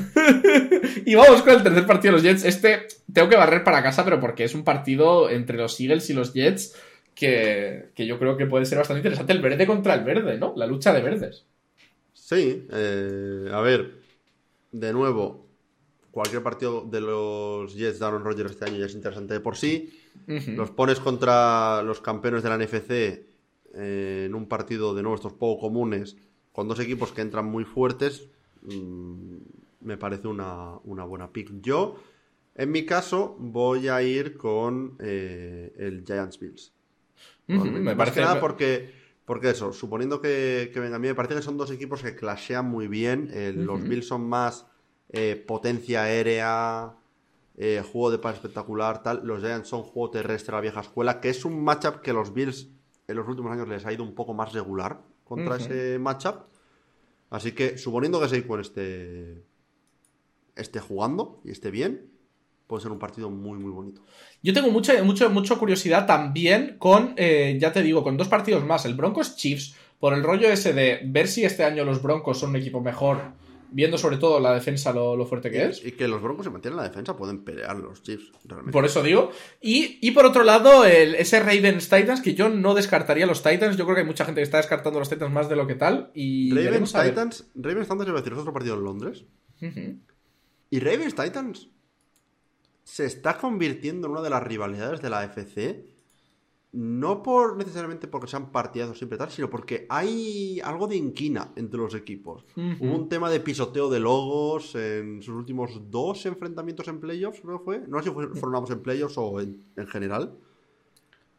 Y vamos con el tercer partido de los Jets. Este tengo que barrer para casa, pero porque es un partido entre los Eagles y los Jets que, que yo creo que puede ser bastante interesante. El verde contra el verde, ¿no? La lucha de verdes. Sí, eh, a ver, de nuevo, cualquier partido de los Jets de Aaron Rodgers este año ya es interesante de por sí. Uh-huh. Los pones contra los campeones de la N F C eh, en un partido de nuevo estos poco comunes, con dos equipos que entran muy fuertes, mmm, me parece una, una buena pick. Yo, en mi caso, voy a ir con eh, el Giants Bills. Uh-huh, me Más parece que nada porque, porque eso, suponiendo que, que venga a mí, me parece que son dos equipos que clashean muy bien. Eh, uh-huh. Los Bills son más eh, potencia aérea, eh, juego de pase espectacular, tal. Los Giants son juego terrestre a la vieja escuela, que es un matchup que los Bills en los últimos años les ha ido un poco más regular contra uh-huh. ese matchup. Así que, suponiendo que Saquon esté, esté jugando y esté bien, puede ser un partido muy, muy bonito. Yo tengo mucha, mucha, mucha curiosidad también con, eh, ya te digo, con dos partidos más. El Broncos Chiefs, por el rollo ese de ver si este año los Broncos son un equipo mejor, viendo sobre todo la defensa lo, lo fuerte que y, es. Y que los Broncos se mantienen en la defensa, pueden pelear los Chiefs, realmente. Por eso digo. Y, y por otro lado, el, ese Ravens Titans, que yo no descartaría los Titans. Yo creo que hay mucha gente que está descartando los Titans más de lo que tal. Y Ravens Titans, Ravens Titans, iba a decir, es otro partido en Londres. Uh-huh. Y Ravens Titans se está convirtiendo en una de las rivalidades de la A F C. No por necesariamente porque sean partidazos siempre tal, sino porque hay algo de inquina entre los equipos. Uh-huh. Hubo un tema de pisoteo de logos en sus últimos dos enfrentamientos en playoffs, creo que fue. No sé si fueron ambos en playoffs o en, en general.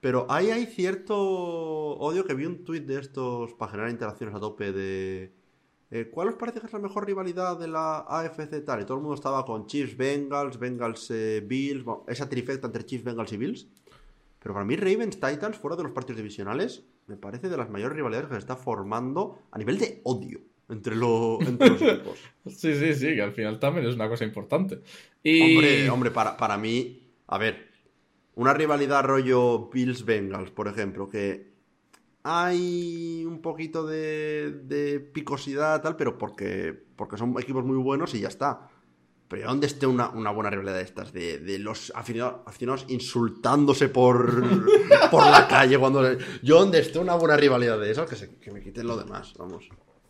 Pero ahí hay cierto odio, que vi un tuit de estos para generar interacciones a tope de... Eh, ¿Cuál os parece que es la mejor rivalidad de la A F C tal? Y todo el mundo estaba con Chiefs, Bengals, Bengals, eh, Bills, bueno, esa trifecta entre Chiefs, Bengals y Bills. Pero para mí Ravens, Titans, fuera de los partidos divisionales, me parece de las mayores rivalidades que se está formando a nivel de odio entre, lo, entre los equipos. Sí, sí, sí, que al final también es una cosa importante. Y... Hombre, hombre, para, para mí, a ver, una rivalidad rollo Bills-Bengals, por ejemplo, que hay un poquito de, de picosidad tal, pero porque, porque son equipos muy buenos y ya está. Pero ¿dónde esté una, una buena rivalidad de estas? De, de los aficionados, aficionados insultándose por, por la calle. Cuando yo donde esté una buena rivalidad de esas, que, se, que me quiten lo demás, vamos.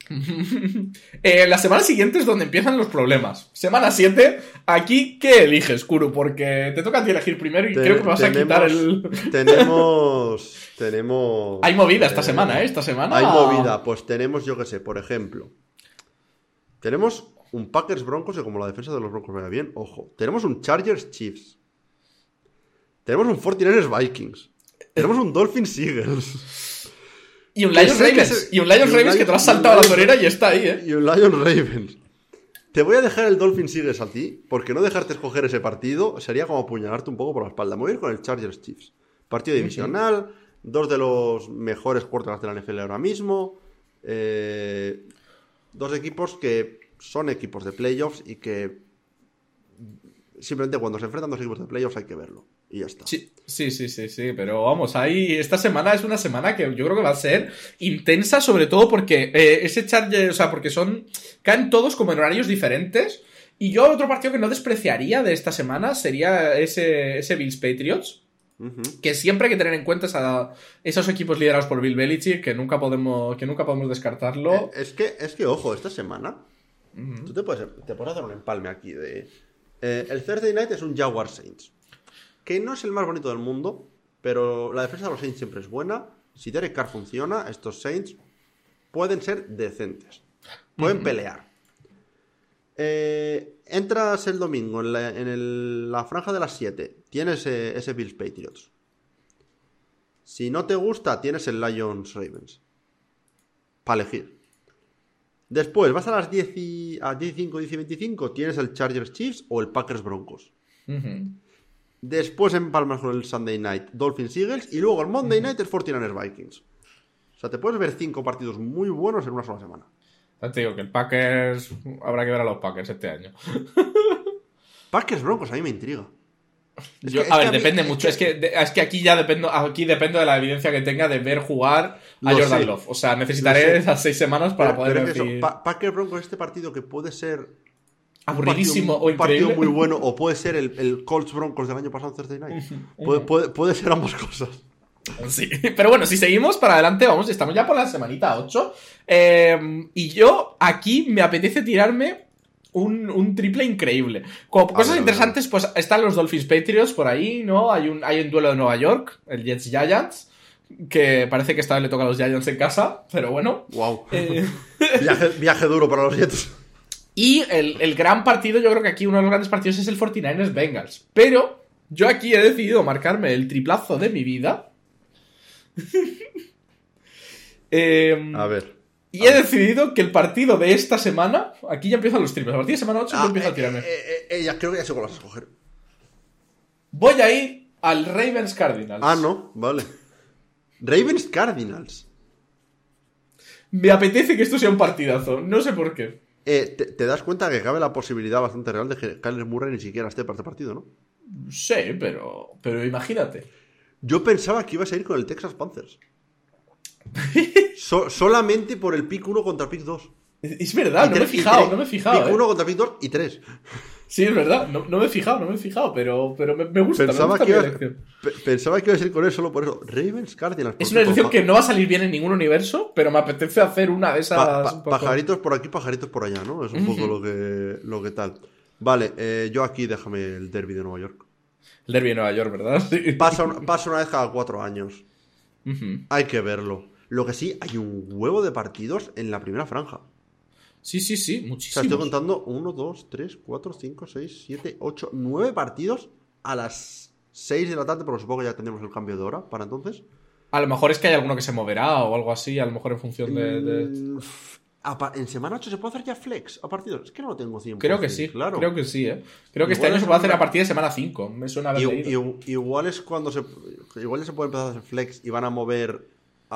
eh, la semana siguiente es donde empiezan los problemas. Semana siete, aquí ¿qué eliges, Kuru? Porque te toca a ti elegir primero y Ten, creo que me vas tenemos, a quitar el... Tenemos... tenemos... Hay movida esta eh, semana, ¿eh? Esta semana... Hay movida, pues tenemos, yo qué sé, por ejemplo... Tenemos un Packers Broncos, que como la defensa de los Broncos vaya bien, ojo. Tenemos un Chargers Chiefs. Tenemos un cuarenta y nueve ers Vikings. Tenemos un Dolphins Eagles. Y un Lions Ravens. Se... Y un Lions Ravens Lion... que te lo has saltado a la torera y está ahí, ¿eh? Y un Lions Ravens. Te voy a dejar el Dolphins Eagles a ti, porque no dejarte escoger ese partido sería como apuñalarte un poco por la espalda. Me voy a ir con el Chargers Chiefs. Partido divisional, uh-huh. Dos de los mejores quarterbacks de la N F L ahora mismo. Eh, dos equipos que son equipos de playoffs y que simplemente cuando se enfrentan dos equipos de playoffs hay que verlo. Y ya está. Sí, sí, sí, sí, sí, pero vamos, ahí esta semana es una semana que yo creo que va a ser intensa, sobre todo porque eh, ese Charger, o sea, porque son, caen todos como en horarios diferentes, y yo otro partido que no despreciaría de esta semana sería ese, ese Bills Patriots, uh-huh. Que siempre hay que tener en cuenta esa, esos equipos liderados por Bill Belichick, que nunca podemos, que nunca podemos descartarlo. Eh, es que, es que, ojo, esta semana uh-huh. tú te puedes, te puedes hacer un empalme aquí de... Eh, el Thursday Night es un Jaguars Saints, que no es el más bonito del mundo, pero la defensa de los Saints siempre es buena. Si Derek Carr funciona, estos Saints pueden ser decentes. Pueden uh-huh. pelear. Eh, entras el domingo en la, en el, la franja de las siete. Tienes ese, ese Bills Patriots. Si no te gusta, tienes el Lions Ravens. Para elegir. Después, vas a las diez y, a diez y cinco, diez y veinticinco. Tienes el Chargers Chiefs o el Packers Broncos. Uh-huh. Después empalmas con el Sunday Night Dolphins Eagles. Y luego el Monday Night es cuarenta y nueve ers Vikings. O sea, te puedes ver cinco partidos muy buenos en una sola semana. Ya te digo que el Packers... Habrá que ver a los Packers este año. Packers Broncos a mí me intriga. Es Yo, que, a ver, que depende a mí, mucho. Es que, de, es que aquí ya dependo, aquí dependo de la evidencia que tenga de ver jugar a Jordan sé. Love. O sea, necesitaré esas seis semanas para pero, poder pero decir... Pa- Packers Broncos, este partido que puede ser... aburridísimo un partido, o increíble. Un partido muy bueno, o puede ser el, el Colts Broncos del año pasado en Thursday Night. puede, puede, puede ser ambas cosas. Sí, pero bueno, si seguimos para adelante, vamos, estamos ya por la semanita ocho. Eh, y yo aquí me apetece tirarme un, un triple increíble. Como cosas ver, interesantes, pues están los Dolphins Patriots por ahí, ¿no? Hay un, hay un duelo de Nueva York, el Jets Giants, que parece que esta vez le toca a los Giants en casa, pero bueno. Wow. Eh... viaje, viaje duro para los Jets. Y el, el gran partido, yo creo que aquí uno de los grandes partidos es el cuarenta y nueve ers Bengals. Pero yo aquí he decidido marcarme el triplazo de mi vida. eh, a ver. Y a he ver. decidido que el partido de esta semana, aquí ya empiezan los triples. A partir de semana ocho ah, yo empiezo eh, a tirarme. Eh, eh, eh, ya creo que ya sé cuál vas a escoger. Voy a ir al Ravens Cardinals. Ah, no, vale. Ravens Cardinals. Me apetece que esto sea un partidazo. No sé por qué. Eh, te, te das cuenta que cabe la posibilidad bastante real de que Kyler Murray ni siquiera esté para este partido, ¿no? Sí, pero, pero imagínate. Yo pensaba que ibas a ir con el Texas Panthers. so, solamente por el pick uno contra pick dos. Es verdad, no me he fijado, no me he fijado. Pick eh. uno contra pick dos y tres. Sí, es verdad, no, no me he fijado, no me he fijado, pero, pero me, me gusta. Pensaba, me gusta que ibas, pe, pensaba que ibas a ir con él solo por eso. Ravens Cardinals. Es una elección que no va a salir bien en ningún universo, pero me apetece hacer una de esas. Pa, pa, poco... Pajaritos por aquí, pajaritos por allá, ¿no? Es un poco lo que, lo que tal. Vale, eh, yo aquí déjame el derbi de Nueva York. El derbi de Nueva York, ¿verdad? Sí. Pasa, una, pasa una vez cada cuatro años. Uh-huh. Hay que verlo. Lo que sí, hay un huevo de partidos en la primera franja. Sí, sí, sí, muchísimo. O sea, estoy contando uno, dos, tres, cuatro, cinco, seis, siete, ocho, nueve partidos a las seis de la tarde, pero supongo que ya tendremos el cambio de hora para entonces. A lo mejor es que hay alguno que se moverá o algo así, a lo mejor en función de... de... Mm, en semana ocho se puede hacer ya flex a partir de... Es que no lo tengo cien por ciento. Creo que sí, claro. Creo que sí, ¿eh? Creo que Igual este año es se puede hacer una... a partir de semana cinco. Me suena haber I, leído. I, igual es cuando se... Igual ya se puede empezar a hacer flex y van a mover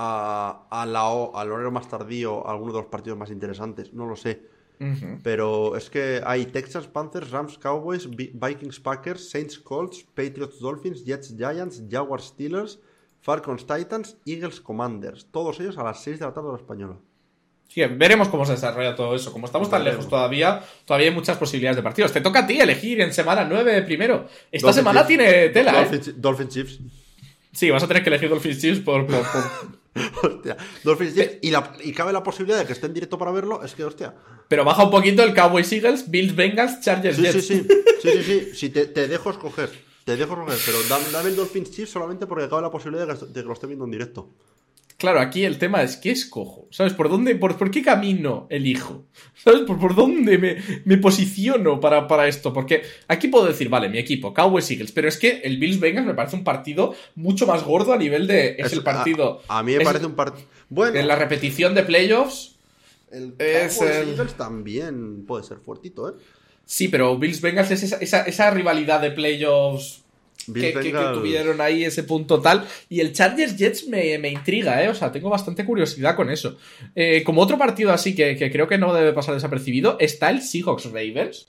a, a la, al horario más tardío algunos de los partidos más interesantes. No lo sé. Uh-huh. Pero es que hay Texans, Panthers, Rams, Cowboys, Vikings, Packers, Saints, Colts, Patriots, Dolphins, Jets, Giants, Jaguars, Steelers, Falcons, Titans, Eagles, Commanders. Todos ellos a las seis de la tarde de la española. Sí, veremos cómo se desarrolla todo eso. Como estamos tan lejos todavía, todavía hay muchas posibilidades de partidos. Te toca a ti elegir en semana nueve primero. Esta Dolphin semana Chiefs. tiene tela, Dolphin, ¿eh? Dolphin Chiefs. Sí, vas a tener que elegir Dolphins Chiefs por... por, por... Hostia, Dolphins Chiefs. Y, la, y cabe la posibilidad de que esté en directo para verlo. Es que, hostia. Pero baja un poquito el Cowboys Eagles, Bills Bengals, Chargers Sí, Jets. sí, sí. Sí, sí, sí. sí te, te dejo escoger. Te dejo escoger. Pero dame, dame el Dolphins Chiefs solamente porque cabe la posibilidad de que, de que lo esté viendo en directo. Claro, aquí el tema es ¿qué escojo? ¿Sabes? ¿Por dónde, por, por qué camino elijo? ¿Sabes? ¿Por, por dónde me, me posiciono para, para esto? Porque aquí puedo decir, vale, mi equipo, Cowboys Eagles, pero es que el Bills Bengals me parece un partido mucho más gordo a nivel de... Es, es el partido... A, a mí me parece un partido... Bueno... En la repetición de playoffs... El es Cowboys el... Eagles también puede ser fuertito, ¿eh? Sí, pero Bills Bengals es esa, esa, esa rivalidad de playoffs... Que, que, que tuvieron ahí ese punto tal. Y el Chargers Jets me, me intriga, ¿eh? O sea, tengo bastante curiosidad con eso. Eh, como otro partido así que, que creo que no debe pasar desapercibido, está el Seahawks Ravens,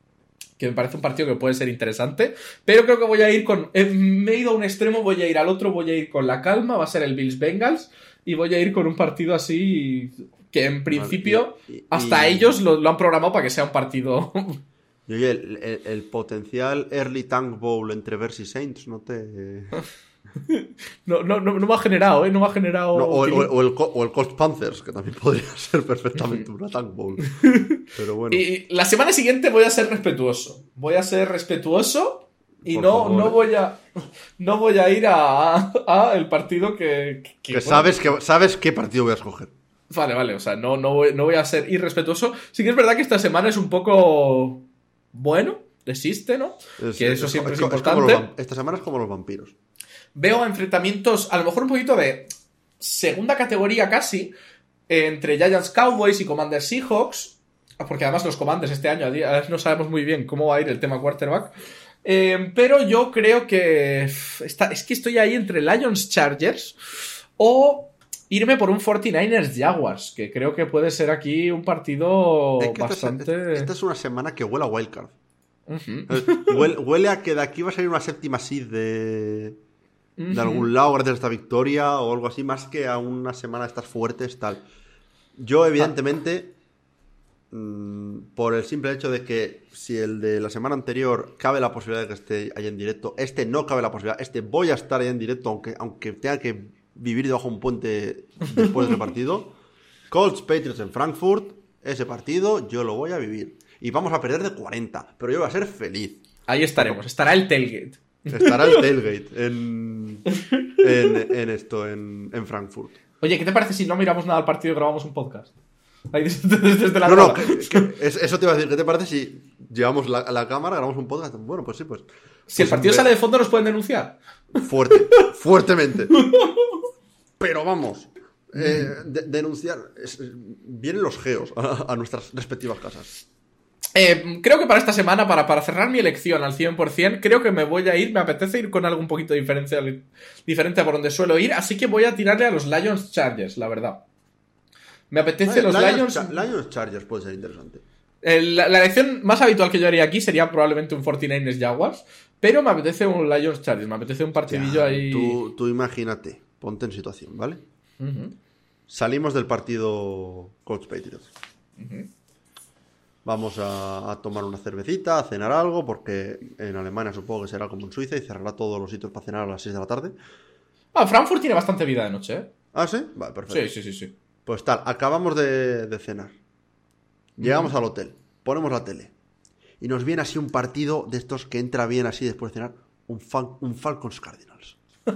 que me parece un partido que puede ser interesante. Pero creo que voy a ir con... Eh, me he ido a un extremo, voy a ir al otro, voy a ir con la calma, va a ser el Bills Bengals. Y voy a ir con un partido así que en principio vale, y, y, hasta y... ellos lo, lo han programado para que sea un partido... Y oye, el, el, el potencial early tank bowl entre Bears y Saints no te... no, no, no, no me ha generado, ¿eh? No me ha generado... No, o, el, o, el, o el Colts Panthers, que también podría ser perfectamente una tank bowl. Pero bueno. Y la semana siguiente voy a ser respetuoso. Voy a ser respetuoso y Por no, favor, no ¿eh? voy a no voy a ir a, a, a el partido que... Que, que bueno, sabes, que sabes qué partido voy a escoger. Vale, vale, o sea, no, no, voy, no voy a ser irrespetuoso. Sí que es verdad que esta semana es un poco... Bueno, existe, ¿no? Es, que eso es, siempre es, es importante. Los, esta semana es como los vampiros. Veo enfrentamientos, a lo mejor un poquito de segunda categoría casi, entre Giants Cowboys y Commanders Seahawks, porque además los Commanders este año no sabemos muy bien cómo va a ir el tema quarterback. Eh, pero yo creo que está, es que estoy ahí entre Lions Chargers o irme por un cuarenta y nueve ers Jaguars, que creo que puede ser aquí un partido es que bastante... Esta, esta es una semana que huele a wildcard. Uh-huh. Huele, huele a que de aquí va a salir una séptima seed de, uh-huh. de algún lado gracias a esta victoria o algo así, más que a una semana de estas fuertes, tal. Yo, evidentemente, ah. mmm, por el simple hecho de que si el de la semana anterior cabe la posibilidad de que esté ahí en directo, este no cabe la posibilidad, este voy a estar ahí en directo, aunque, aunque tenga que vivir debajo de un puente después del partido. Colts Patriots en Frankfurt, ese partido yo lo voy a vivir. Y vamos a perder de cuarenta, pero yo voy a ser feliz. Ahí estaremos, estará el tailgate. Estará el tailgate en, en, en esto, en, en Frankfurt. Oye, ¿qué te parece si no miramos nada al partido y grabamos un podcast? Ahí desde, desde la No, no, que, que, eso te iba a decir. ¿Qué te parece si llevamos la, la cámara, grabamos un podcast? Bueno, pues sí, pues... Si el partido sale de fondo, ¿nos pueden denunciar? Fuerte, fuertemente. Pero vamos, eh, de, denunciar... Es, vienen los geos a, a nuestras respectivas casas. Eh, creo que para esta semana, para, para cerrar mi elección al cien por ciento, creo que me voy a ir, me apetece ir con algo un poquito diferente, diferente a por donde suelo ir, así que voy a tirarle a los Lions Chargers, la verdad. Me apetece Ay, los Lions, Lions... Cha- Lions Chargers puede ser interesante. El, la, la elección más habitual que yo haría aquí sería probablemente un cuarenta y nueve ers Jaguars, pero me apetece un Lions Chargers, me apetece un partidillo ya, ahí... Tú, tú imagínate, ponte en situación, ¿vale? Uh-huh. Salimos del partido Colts Patriots. Uh-huh. Vamos a, a tomar una cervecita, a cenar algo, porque en Alemania supongo que será como en Suiza y cerrará todos los sitios para cenar a las seis de la tarde. Ah, Frankfurt tiene bastante vida de noche, ¿eh? ¿Ah, sí? Vale, perfecto. Sí, sí, sí, sí. Pues tal, acabamos de, de cenar. Llegamos mm. al hotel, ponemos la tele. Y nos viene así un partido de estos que entra bien así después de cenar. Un, fan, un Falcons Cardinals.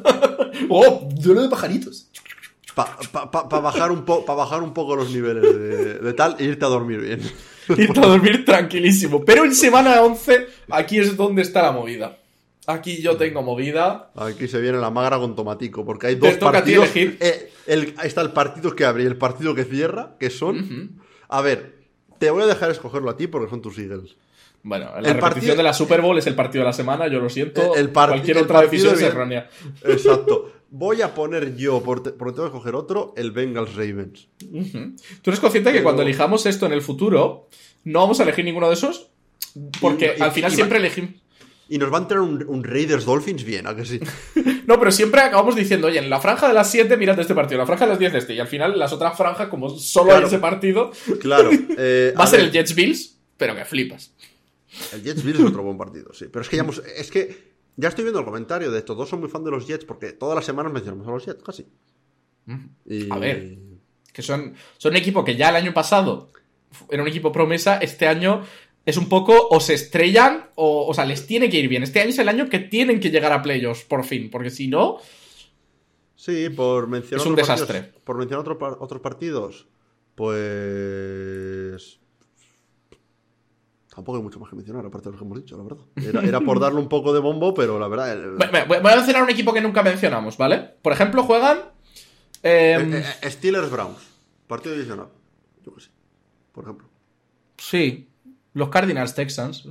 ¡Oh! Duelo de pajaritos. Para pa, pa, pa bajar, un po, pa bajar un poco los niveles de, de tal e irte a dormir bien. Irte a dormir tranquilísimo. Pero en semana once, aquí es donde está la movida. Aquí yo tengo movida. Aquí se viene la magra con tomatico, porque hay dos Te toca partidos. a ti elegir. Eh, el, está el partido que abre y el partido que cierra, que son... Uh-huh. A ver, te voy a dejar escogerlo a ti porque son tus Eagles. Bueno, la el repetición partido... de la Super Bowl es el partido de la semana, yo lo siento. El, el part... Cualquier el otra decisión bien... es errónea. Exacto. Voy a poner yo, porque tengo que escoger otro, el Bengals Ravens. Uh-huh. ¿Tú eres consciente de que Pero... cuando elijamos esto en el futuro, no vamos a elegir ninguno de esos? Porque y, y, al final y, siempre y, elegimos... Y nos va a entrar un, un Raiders Dolphins bien, ¿a que sí? No, pero siempre acabamos diciendo, oye, en la franja de las siete mirad este partido, en la franja de las diez este, y al final las otras franjas, como solo claro. hay ese partido, claro, eh, va a, a ser ver, el Jets Bills, pero que flipas. El Jets Bills es otro buen partido, sí. Pero es que ya hemos, es que ya estoy viendo el comentario de estos dos, son muy fan de los Jets, porque todas las semanas mencionamos a los Jets, casi. Y... A ver, que son, son un equipo que ya el año pasado era un equipo promesa, este año... Es un poco, o se estrellan, o, o sea, les tiene que ir bien. Este año es el año que tienen que llegar a playoffs, por fin, porque si no... Sí, por mencionar es un otros desastre. Partidos, por mencionar otro, otros partidos, pues... Tampoco hay mucho más que mencionar, aparte de lo que hemos dicho, la verdad. Era, era por darle un poco de bombo, pero la verdad... El... Voy a mencionar un equipo que nunca mencionamos, ¿vale? Por ejemplo, juegan... Eh... Eh, eh, Steelers-Browns, partido divisional, yo que sé, por ejemplo. Sí... Los Cardinals Texans.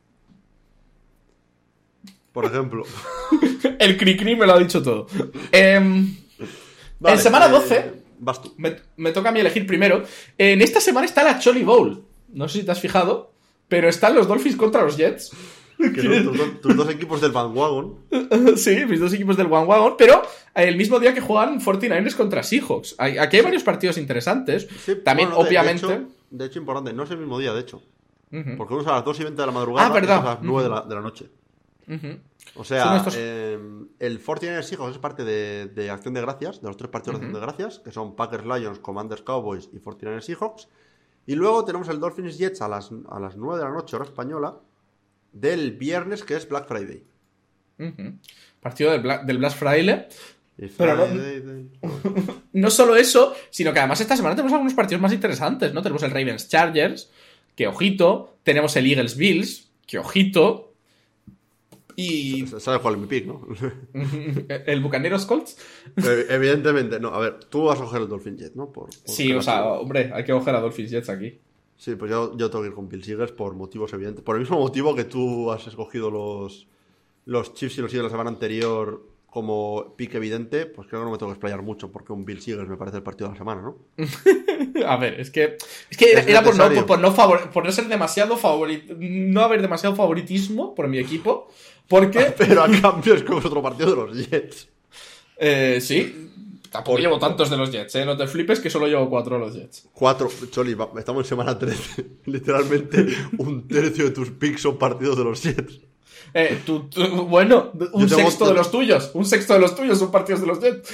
Por ejemplo. El cri-cri me lo ha dicho todo. Eh, vale, en semana doce. Eh, vas tú. Me, me toca a mí elegir primero. En esta semana está la Choli Bowl. No sé si te has fijado. Pero están los Dolphins contra los Jets. Que son tus, tus, tus dos equipos del bandwagon. Sí, mis dos equipos del bandwagon. Pero el mismo día que juegan cuarenta y nueve ers contra Seahawks. Aquí hay varios partidos interesantes. Sí, También, bueno, obviamente. De hecho, de hecho, importante. No es el mismo día, de hecho. Uh-huh. Porque uno es a las dos y veinte de la madrugada ah, ¿verdad? Y a las nueve uh-huh. de, la, de la noche. Uh-huh. O sea, estos... eh, el cuarenta y nueve ers Seahawks es parte de, de Acción de Gracias, de los tres partidos uh-huh. de Acción de Gracias, que son Packers Lions, Commanders Cowboys y cuarenta y nueve ers Seahawks. Y luego tenemos el Dolphins Jets a las, a las nueve de la noche, hora española, del viernes, que es Black Friday. Uh-huh. Partido del Black, del Black Friday. Pero no, no solo eso, sino que además esta semana tenemos algunos partidos más interesantes, ¿no? Tenemos el Ravens Chargers, que ojito. Tenemos el Eagles Bills, que ojito. Y... ¿Sabes cuál es mi pick, no? ¿El Bucaneros Colts? Evidentemente, no. A ver, tú vas a coger el Dolphin Jet, ¿no? Por, por sí, o sea, hombre, hay que coger a Dolphins Jets aquí. Sí, pues yo, yo tengo que ir con Bills Eagles por motivos evidentes. Por el mismo motivo que tú has escogido los, los Chiefs y los Eagles la semana anterior como pick evidente, pues creo que no me tengo que explayar mucho porque un Bills Eagles me parece el partido de la semana, ¿no? A ver, es que es que es era por no, por, por, no favor, por no ser demasiado favorit, no haber demasiado favoritismo por mi equipo, porque... Pero a cambio es como otro partido de los Jets. Eh, sí, tampoco por... llevo tantos de los Jets, ¿eh? No te flipes que solo llevo cuatro de los Jets. Cuatro, Choli, estamos en semana trece. Literalmente un tercio de tus picks son partidos de los Jets. Eh, tú, tú, bueno, un tengo, sexto de los tuyos. Un sexto de los tuyos son partidos de los Jets.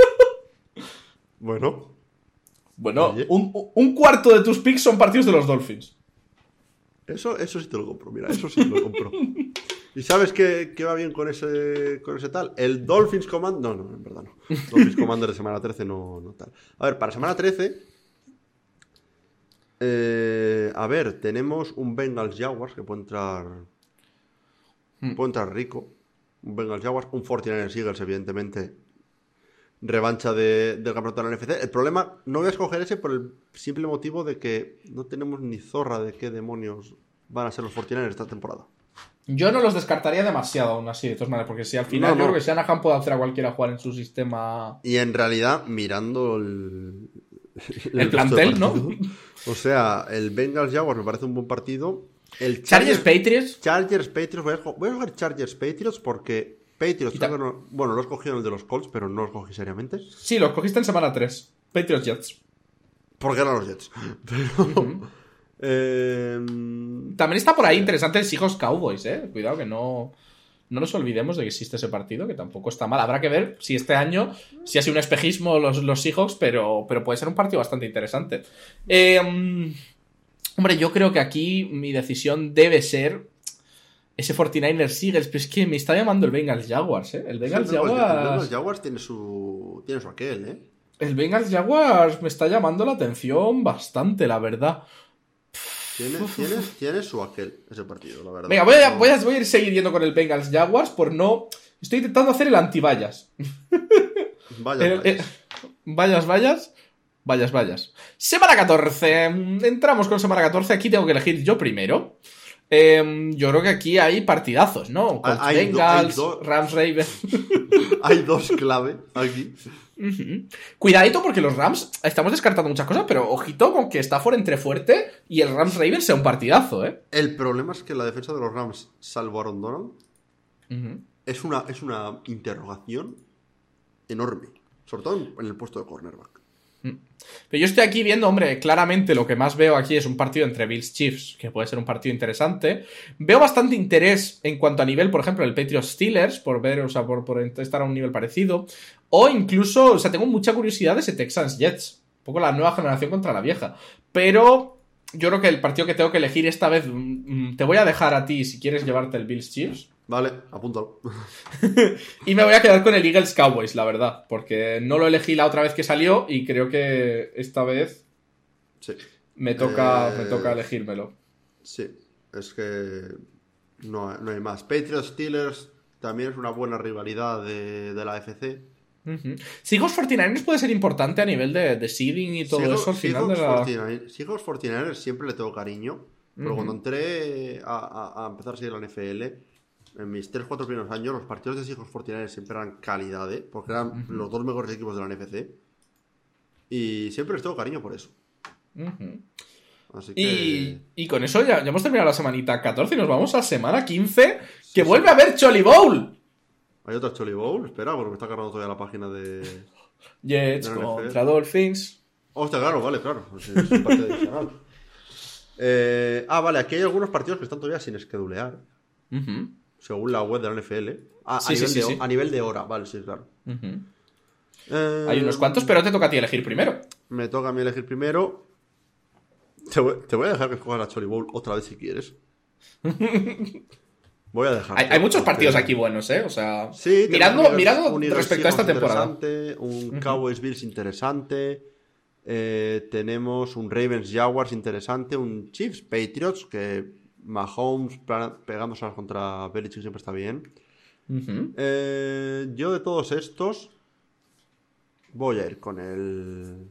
Bueno. Bueno, un, un cuarto de tus picks son partidos de los Dolphins. Eso, eso sí te lo compro, mira, eso sí te lo compro. ¿Y sabes qué, qué va bien con ese, con ese tal? El Dolphins Command... No, no, en verdad no. Dolphins Commander de semana trece no, no tal. A ver, para semana trece... Eh, a ver, tenemos un Bengals Jaguars que puede entrar... Puede entrar rico. Un Bengals Jaguars, un cuarenta y nueve ers Eagles, evidentemente. Revancha de, del campeonato de la N F C. El problema, no voy a escoger ese por el simple motivo de que no tenemos ni zorra de qué demonios van a ser los cuarenta y nueve ers esta temporada. Yo no los descartaría demasiado aún así, de todas maneras, porque si al final no, no. yo creo que Shanahan puede hacer a cualquiera jugar en su sistema. Y en realidad, mirando el, el, el plantel, ¿no? O sea, el Bengals Jaguars me parece un buen partido. El Chargers, Chargers Patriots. Chargers Patriots. Voy a, voy a jugar Chargers Patriots porque Patriots. Ta- no, bueno, lo escogí en el de los Colts, pero no lo escogí seriamente. Sí, lo escogiste en semana tres. Patriots Jets. Porque eran los Jets. Pero. Uh-huh. eh, También está por ahí eh, interesante el Seahawks Cowboys, eh. Cuidado que no. No nos olvidemos de que existe ese partido, que tampoco está mal. Habrá que ver si este año, si ha sido un espejismo los, los Seahawks, pero, pero puede ser un partido bastante interesante. Eh. Um, Hombre, yo creo que aquí mi decisión debe ser ese cuarenta y nueve ers Eagles, pero es que me está llamando el Bengals Jaguars, ¿eh? El Bengals sí, Jaguars... El Bengals Jaguars tiene su... tiene su aquel, ¿eh? El Bengals Jaguars me está llamando la atención bastante, la verdad. Tiene, tiene, tiene su aquel ese partido, la verdad. Venga, voy a, voy, a, voy a ir seguir yendo con el Bengals Jaguars por no... Estoy intentando hacer el anti-vallas. Vayas, el, vayas. el, vallas, vallas. Vallas, vallas. Semana catorce. Entramos con semana catorce. Aquí tengo que elegir yo primero. Eh, yo creo que aquí hay partidazos, ¿no? Colts Hay do- Bengals, hay do- Rams Ravens. Hay dos clave aquí. Uh-huh. Cuidadito porque los Rams estamos descartando muchas cosas, pero ojito con que Stafford entre fuerte y el Rams Ravens sea un partidazo, ¿eh? El problema es que la defensa de los Rams, salvo Aaron Donald, Uh-huh. es una, es una interrogación enorme. Sobre todo en, en el puesto de cornerback. Pero yo estoy aquí viendo, hombre, claramente lo que más veo aquí es un partido entre Bills Chiefs, que puede ser un partido interesante. Veo bastante interés en cuanto a nivel, por ejemplo, el Patriots Steelers, por ver, o sea, por, por estar a un nivel parecido. O incluso, o sea, tengo mucha curiosidad de ese Texans Jets. Un poco la nueva generación contra la vieja. Pero yo creo que el partido que tengo que elegir esta vez, mm, te voy a dejar a ti si quieres llevarte el Bills Chiefs. Vale, apúntalo. Y me voy a quedar con el Eagles Cowboys, la verdad. Porque no lo elegí la otra vez que salió y creo que esta vez Sí. me toca, Eh, me toca elegírmelo. Sí, es que no, no hay más. Patriots Steelers también es una buena rivalidad de, de la A F C. Uh-huh. Seahawks cuarenta y nueve puede ser importante a nivel de, de seeding y todo Seahawks- eso al final de Seahawks la... cuarenta y nueve Seahawks cuarenta y nueve siempre le tengo cariño. Pero Ujú. cuando entré a, a- a empezar a seguir la N F L, en mis tres cuatro primeros años, los partidos de Seahawks cuarenta y nueve siempre eran calidad, ¿eh? Porque eran los dos mejores equipos de la N F C. Y siempre les tengo cariño por eso. Uh-huh. Así que... Y, y con eso ya, ya hemos terminado la semanita catorce y nos vamos a semana quince, que Sí, vuelve sí. a haber Cholly Bowl. Hay otra Cholly Bowl, espera, porque me está cargando todavía la página de... Jets De la N F L. contra Dolphins. Hostia, claro, vale, claro. Es, es parte adicional. Eh, ah, vale, aquí hay algunos partidos que están todavía sin esquedulear, Uh-huh. según la web de la N F L. Ah, Sí, a, sí, nivel sí, de, sí. a nivel de hora, vale, sí, claro. Uh-huh. Eh, Hay unos cuantos, pero te toca a ti elegir primero. Me toca a mí elegir primero. Te voy, te voy a dejar que juegues la Cholly Bowl otra vez si quieres. Voy a dejar. Hay, hay muchos partidos aquí buenos, ¿eh? O sea, Sí, mirando, tenemos un mirando Eagles- un Eagles respecto a esta Seahawks temporada. interesante, un Cowboys Bills interesante. eh, tenemos un Ravens Jaguars interesante. Un Chiefs Patriots, que Mahomes plan- pegándoselas contra Belichick siempre está bien. Uh-huh. Eh, yo de todos estos voy a ir con el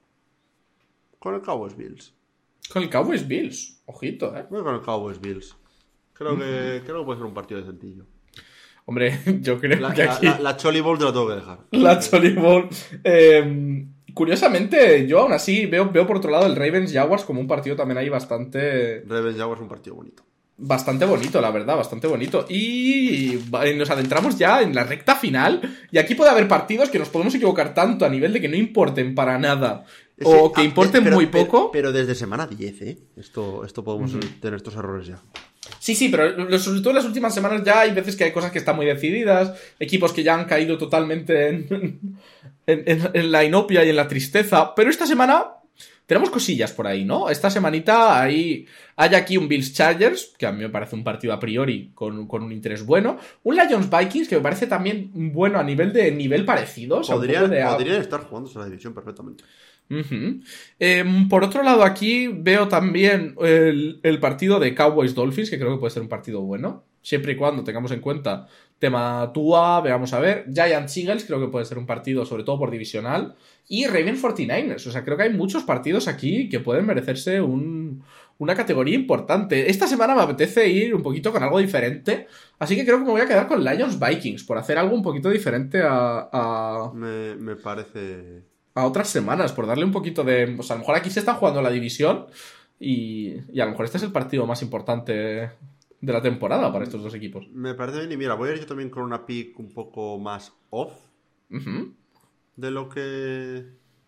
con el Cowboys Bills. Con el Cowboys Bills. Ojito, ¿eh? Voy con el Cowboys Bills. Creo que creo que puede ser un partido de sencillo. Hombre, yo creo La, que la, aquí... la, la Cholly Bowl te la tengo que dejar. La Cholly Bowl. Eh, curiosamente, yo aún así veo, veo por otro lado el Ravens Jaguars como un partido también ahí bastante, Ravens Jaguars es un partido bonito. bastante bonito, la verdad, bastante bonito. Y va- nos adentramos ya en la recta final. Y aquí puede haber partidos que nos podemos equivocar tanto a nivel de que no importen para nada. Es O que ah, importen pero- muy pero- poco. Pero, desde semana diez, ¿eh? Esto, esto podemos tener estos errores ya. Sí, sí, pero lo- sobre todo en las últimas semanas ya hay veces que hay cosas que están muy decididas, equipos que ya han caído totalmente en, en, en- en la inopia y en la tristeza, pero esta semana tenemos cosillas por ahí, ¿no? Esta semanita hay, hay aquí un Bills Chargers, que a mí me parece un partido a priori con, con un interés bueno, un Lions Vikings, que me parece también bueno a nivel de nivel parecido. O sea, un Podrían, poco de- podrían estar jugándose la división perfectamente. Ujú. Em, por otro lado, aquí veo también el, el partido de Cowboys-Dolphins, que creo que puede ser un partido bueno, siempre y cuando tengamos en cuenta tema Tua, veamos a ver. Giants-Eagles creo que puede ser un partido, sobre todo por divisional. Y Ravens cuarenta y nueve ers, o sea, creo que hay muchos partidos aquí que pueden merecerse un, una categoría importante. Esta semana me apetece ir un poquito con algo diferente, así que creo que me voy a quedar con Lions-Vikings, por hacer algo un poquito diferente a... a... Me, me parece... a otras semanas, por darle un poquito de... O sea, a lo mejor aquí se está jugando la división y, y a lo mejor este es el partido más importante de la temporada para estos dos equipos. Me parece bien. Y mira, voy a ir yo también con una pick un poco más off Ujú. de lo que...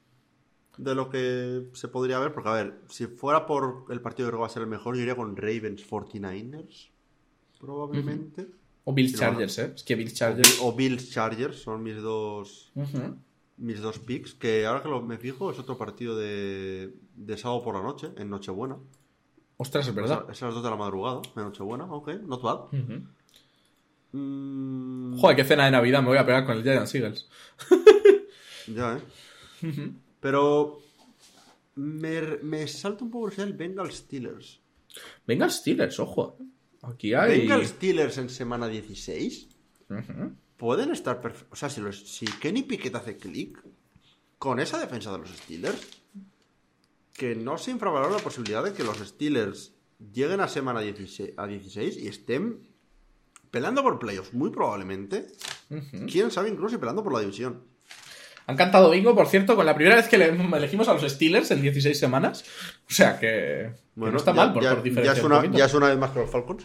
De lo que se podría ver. Porque, a ver, si fuera por el partido que creo que va a ser el mejor, yo iría con Ravens cuarenta y nueve ers. Probablemente. O Bills Sí, Chargers, ¿eh? Es que Bills O, Chargers... Bi- o Bills Chargers son mis dos... Ujú. Mis dos picks, que ahora que lo, me fijo, es otro partido de, de sábado por la noche, en Nochebuena. Ostras, es Es verdad. a, es a las dos de la madrugada, de Nochebuena, ok, not bad. Ujú. Mm, Joder, qué cena de Navidad me voy a pegar con el Giants Eagles. ya, eh. Pero me, me salta un poco el Bengals Steelers. Venga, Steelers, ojo. Aquí hay... Venga, Steelers en semana dieciséis. Uh-huh. Pueden estar perfectos. O sea, si, los... si Kenny Pickett hace clic con esa defensa de los Steelers, que no se infravalora la posibilidad de que los Steelers lleguen a semana dieciséis, a dieciséis y estén peleando por playoffs, muy probablemente. Uh-huh. Quién sabe, incluso y peleando por la división. Han cantado bingo, por cierto, con la primera vez que le elegimos a los Steelers en dieciséis semanas. O sea que, bueno, que no está ya, mal por, ya, por diferencia. Ya es, una, ya es una vez más que los Falcons.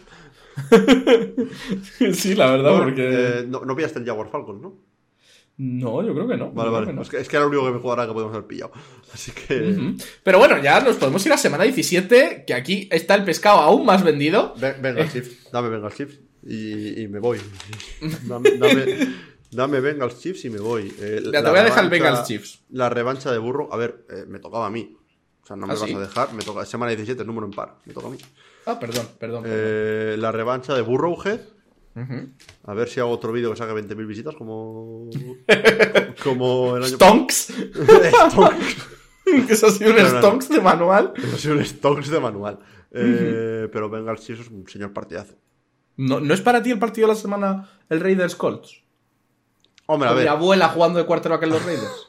Sí, la verdad, bueno, porque... Eh, no, no pillaste el Jaguar Falcons, ¿no? No, yo creo que no. Vale, vale. Que no. Es, que, es que era lo único que me cuadra que podemos haber pillado. Así que... Uh-huh. Pero bueno, ya nos podemos ir a semana diecisiete, que aquí está el pescado aún más vendido. Ven, venga, eh. Chiefs. Dame Bengals Chiefs y, y me voy. Dame, dame, dame Bengals Chiefs y me voy. Eh, ya te voy a dejar el Bengals Chiefs. La revancha de Burrow. A ver, eh, me tocaba a mí. O sea, no me ¿Ah, vas sí? a dejar. Me toca semana diecisiete, número en par. Me toca a mí. Ah, perdón, perdón. Eh, perdón. La revancha de Burrowhead. Uh-huh. A ver si hago otro vídeo que saque veinte mil visitas como... como el año Stonks. Stonks. Que eso ha sido un no, Stonks no, no. de manual. Eso ha sido un Stonks de manual. Eh, uh-huh. Pero Bengals Chiefs es un señor partidazo. ¿No, ¿No es para ti el partido de la semana el Raiders Colts? Hombre, a Con ver. mi abuela jugando de quarterback en los Raiders.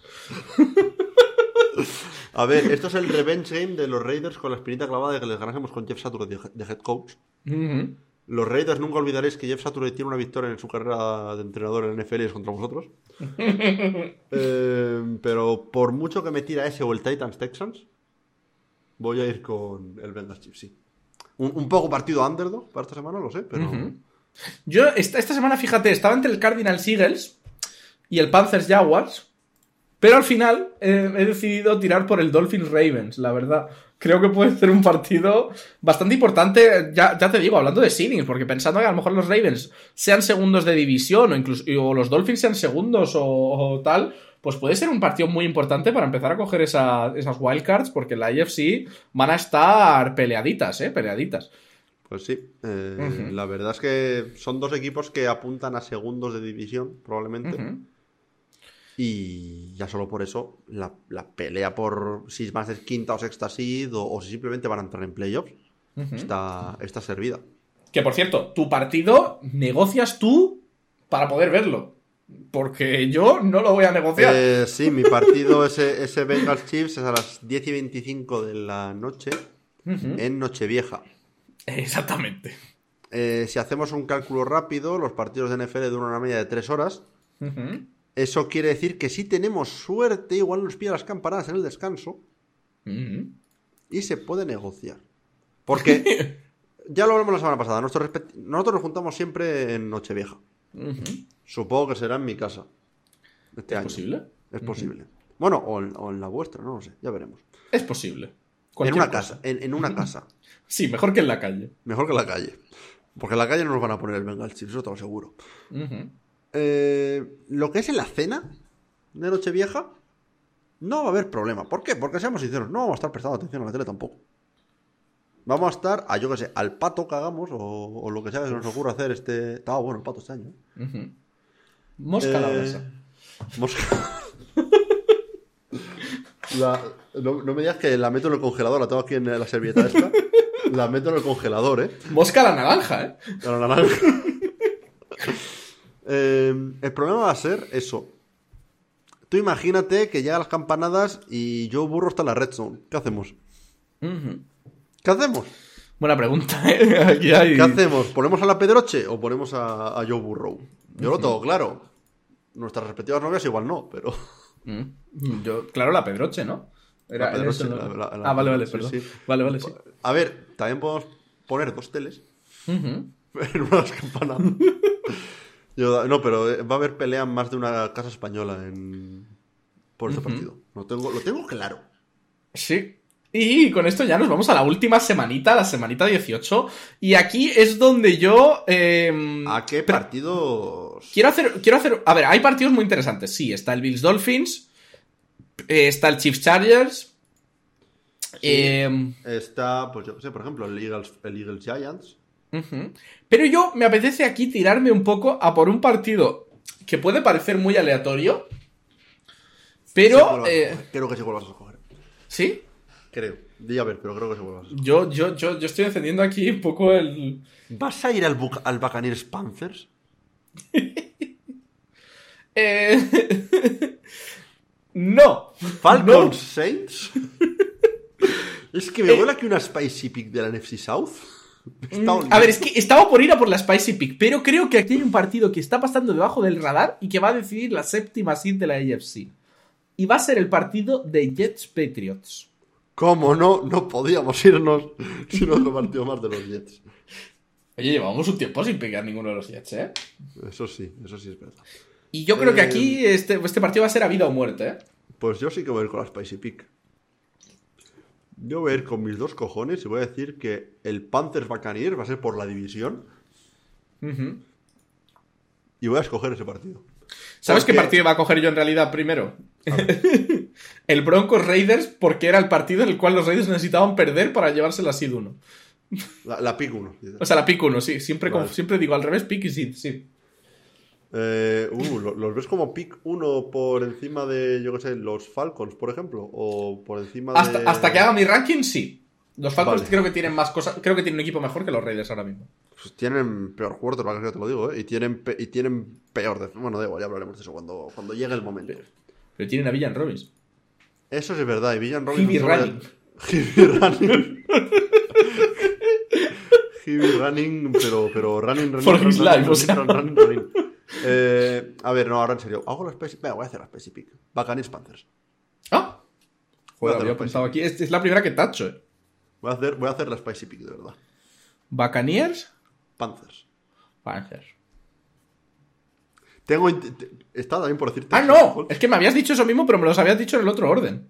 A ver, esto es el revenge game de los Raiders con la espinita clavada de que les ganásemos con Jeff Saturday de head coach. Uh-huh. Los Raiders, nunca olvidaréis que Jeff Saturday tiene una victoria en su carrera de entrenador en N F L y es contra vosotros. eh, pero por mucho que me tira ese o el Titans Texans, voy a ir con el Bengals Chiefs, sí. Un, un poco partido underdog para esta semana, lo sé, pero... Uh-huh. Yo esta, esta semana, fíjate, estaba entre el Cardinals Eagles y el Panthers Jaguars, pero al final eh, he decidido tirar por el Dolphins Ravens, la verdad. Creo que puede ser un partido bastante importante, ya, ya te digo, hablando de seedings, porque pensando que a lo mejor los Ravens sean segundos de división o incluso o los Dolphins sean segundos o, o tal, pues puede ser un partido muy importante para empezar a coger esa, esas wildcards, porque en la A F C van a estar peleaditas, ¿eh? Peleaditas. Pues sí, eh, uh-huh. La verdad es que son dos equipos que apuntan a segundos de división, probablemente. Uh-huh. Y ya solo por eso, la, la pelea por si más de quinta o sexta seed o, o si simplemente van a entrar en playoffs, uh-huh. está, está servida. Que por cierto, tu partido negocias tú para poder verlo. Porque yo no lo voy a negociar. Eh, sí, mi partido, ese, ese Bengals Chiefs, es a las diez y veinticinco de la noche, uh-huh. en Nochevieja. Exactamente. Eh, si hacemos un cálculo rápido, los partidos de N F L duran una media de tres horas. Uh-huh. Eso quiere decir que si tenemos suerte, igual nos pilla las campanadas en el descanso. Uh-huh. Y se puede negociar. Porque, ya lo hablamos la semana pasada, nosotros, respet- nosotros nos juntamos siempre en Nochevieja. Uh-huh. Supongo que será en mi casa. Este ¿Es año. posible? Es posible. Uh-huh. Bueno, o en, o en la vuestra, no lo sé, ya veremos. Es posible. En una cosa. casa, en, en una casa. Sí, mejor que en la calle. Mejor que en la calle. Porque en la calle no nos van a poner el Bengals Chiefs, eso te lo seguro. Uh-huh. Eh, lo que es en la cena de Nochevieja, no va a haber problema. ¿Por qué? Porque seamos sinceros, no vamos a estar prestando atención a la tele tampoco. Vamos a estar, a yo que sé, al pato que hagamos o, o lo que sea que se nos ocurra hacer este... Estaba bueno el pato este año. Uh-huh. Mosca eh... la brasa. Mosca... la... no, no me digas que la meto en el congelador, la tengo aquí en la servilleta esta. La meto en el congelador, ¿eh? Mosca la naranja, ¿eh? La naranja. eh, el problema va a ser eso. Tú imagínate que llegan las campanadas y Joe Burrow está en la red zone. ¿Qué hacemos? Uh-huh. ¿Qué hacemos? Buena pregunta, ¿eh? Aquí hay... ¿Qué hacemos? ¿Ponemos a la Pedroche o ponemos a, a Joe Burrow? Yo uh-huh. lo tengo claro. Nuestras respectivas novias igual no, pero... Uh-huh. Yo, claro, la Pedroche, ¿no? Era, la Pedroche, no... la, la, la, ah, vale, vale, sí, perdón. Sí. Vale, vale, sí. A ver, también podemos poner dos teles uh-huh. en una de las campanadas. Yo, no, pero va a haber pelea en más de una casa española en... por este uh-huh. partido. Lo tengo, lo tengo claro. Sí. Y con esto ya nos vamos a la última semanita, la semanita dieciocho. Y aquí es donde yo... Eh, ¿A qué partidos? Quiero hacer, quiero hacer... A ver, hay partidos muy interesantes. Sí, está el Bills Dolphins. Eh, está el Chiefs Chargers. Sí, eh, está, pues yo qué sé, por ejemplo, el Eagles, el Eagles Giants. Uh-huh. Pero yo me apetece aquí tirarme un poco a por un partido que puede parecer muy aleatorio. Pero... Sí, eh, creo que sí, lo vas a escoger. ¿Sí? Creo. Di a ver, pero creo que se vuelve a ser. Yo, yo, yo, yo estoy encendiendo aquí un poco el... ¿Vas a ir al, Buc- al Buccaneers Panthers? eh... no. ¿Falcons No. Saints? Es que me huele aquí una Spicy Pick de la N F C South. Está Mm, A ver, es que estaba por ir a por la Spicy Pick, pero creo que aquí hay un partido que está pasando debajo del radar y que va a decidir la séptima seed de la A F C. Y va a ser el partido de Jets Patriots. ¿Cómo no? No podíamos irnos sin otro partido más de los Jets. Oye, llevamos un tiempo sin pegar ninguno de los Jets, ¿eh? Eso sí, eso sí es verdad. Y yo creo que Eh, aquí este, este partido va a ser a vida o muerte, ¿eh? Pues yo sí que voy a ir con la Spicy Pick. Yo voy a ir con mis dos cojones y voy a decir que el Panthers Buccaneers va a ser por la división Ujú. y voy a escoger ese partido. ¿Sabes Porque- qué partido iba a coger yo en realidad primero? El Broncos Raiders, porque era el partido en el cual los Raiders necesitaban perder para llevarse la seed uno. La, la Pick uno. O sea, la pick uno, sí. Siempre, Vale. conf- siempre digo al revés, pick y seed, sí. Eh, uh, ¿lo- ¿Los ves como Pick uno por encima de, yo qué sé, los Falcons, por ejemplo? O por encima Hasta, de... hasta que haga mi ranking, sí. Los Falcons Vale. creo que tienen más cosas. Creo que tienen un equipo mejor que los Raiders ahora mismo. Pues tienen peor quarterback, ya te lo digo, ¿eh? Y tienen, pe- y tienen peor... def- Bueno, da igual, ya hablaremos de eso cuando, cuando llegue el momento. Pero tienen a Villan Robbins. Eso sí es verdad, y Villan Robinson... Hibby solo- running. Hibby running. Hibby running, pero, pero running, running, For running, his running, life, o sea. running, running, running. Eh, a ver, no, ahora en serio. Hago la Spicy... Venga, voy a hacer la Spicy Pick. Buccaneers Panthers. Ah. Voy a Joder, hacer había la pensado aquí. Es, es la primera que tacho, eh. Voy a hacer, voy a hacer la Spicy Pick, de verdad. Buccaneers. Panthers. Panthers. Tengo... int- te- Está también por decirte... Ah, no. Es que me habías dicho eso mismo, pero me los habías dicho en el otro orden.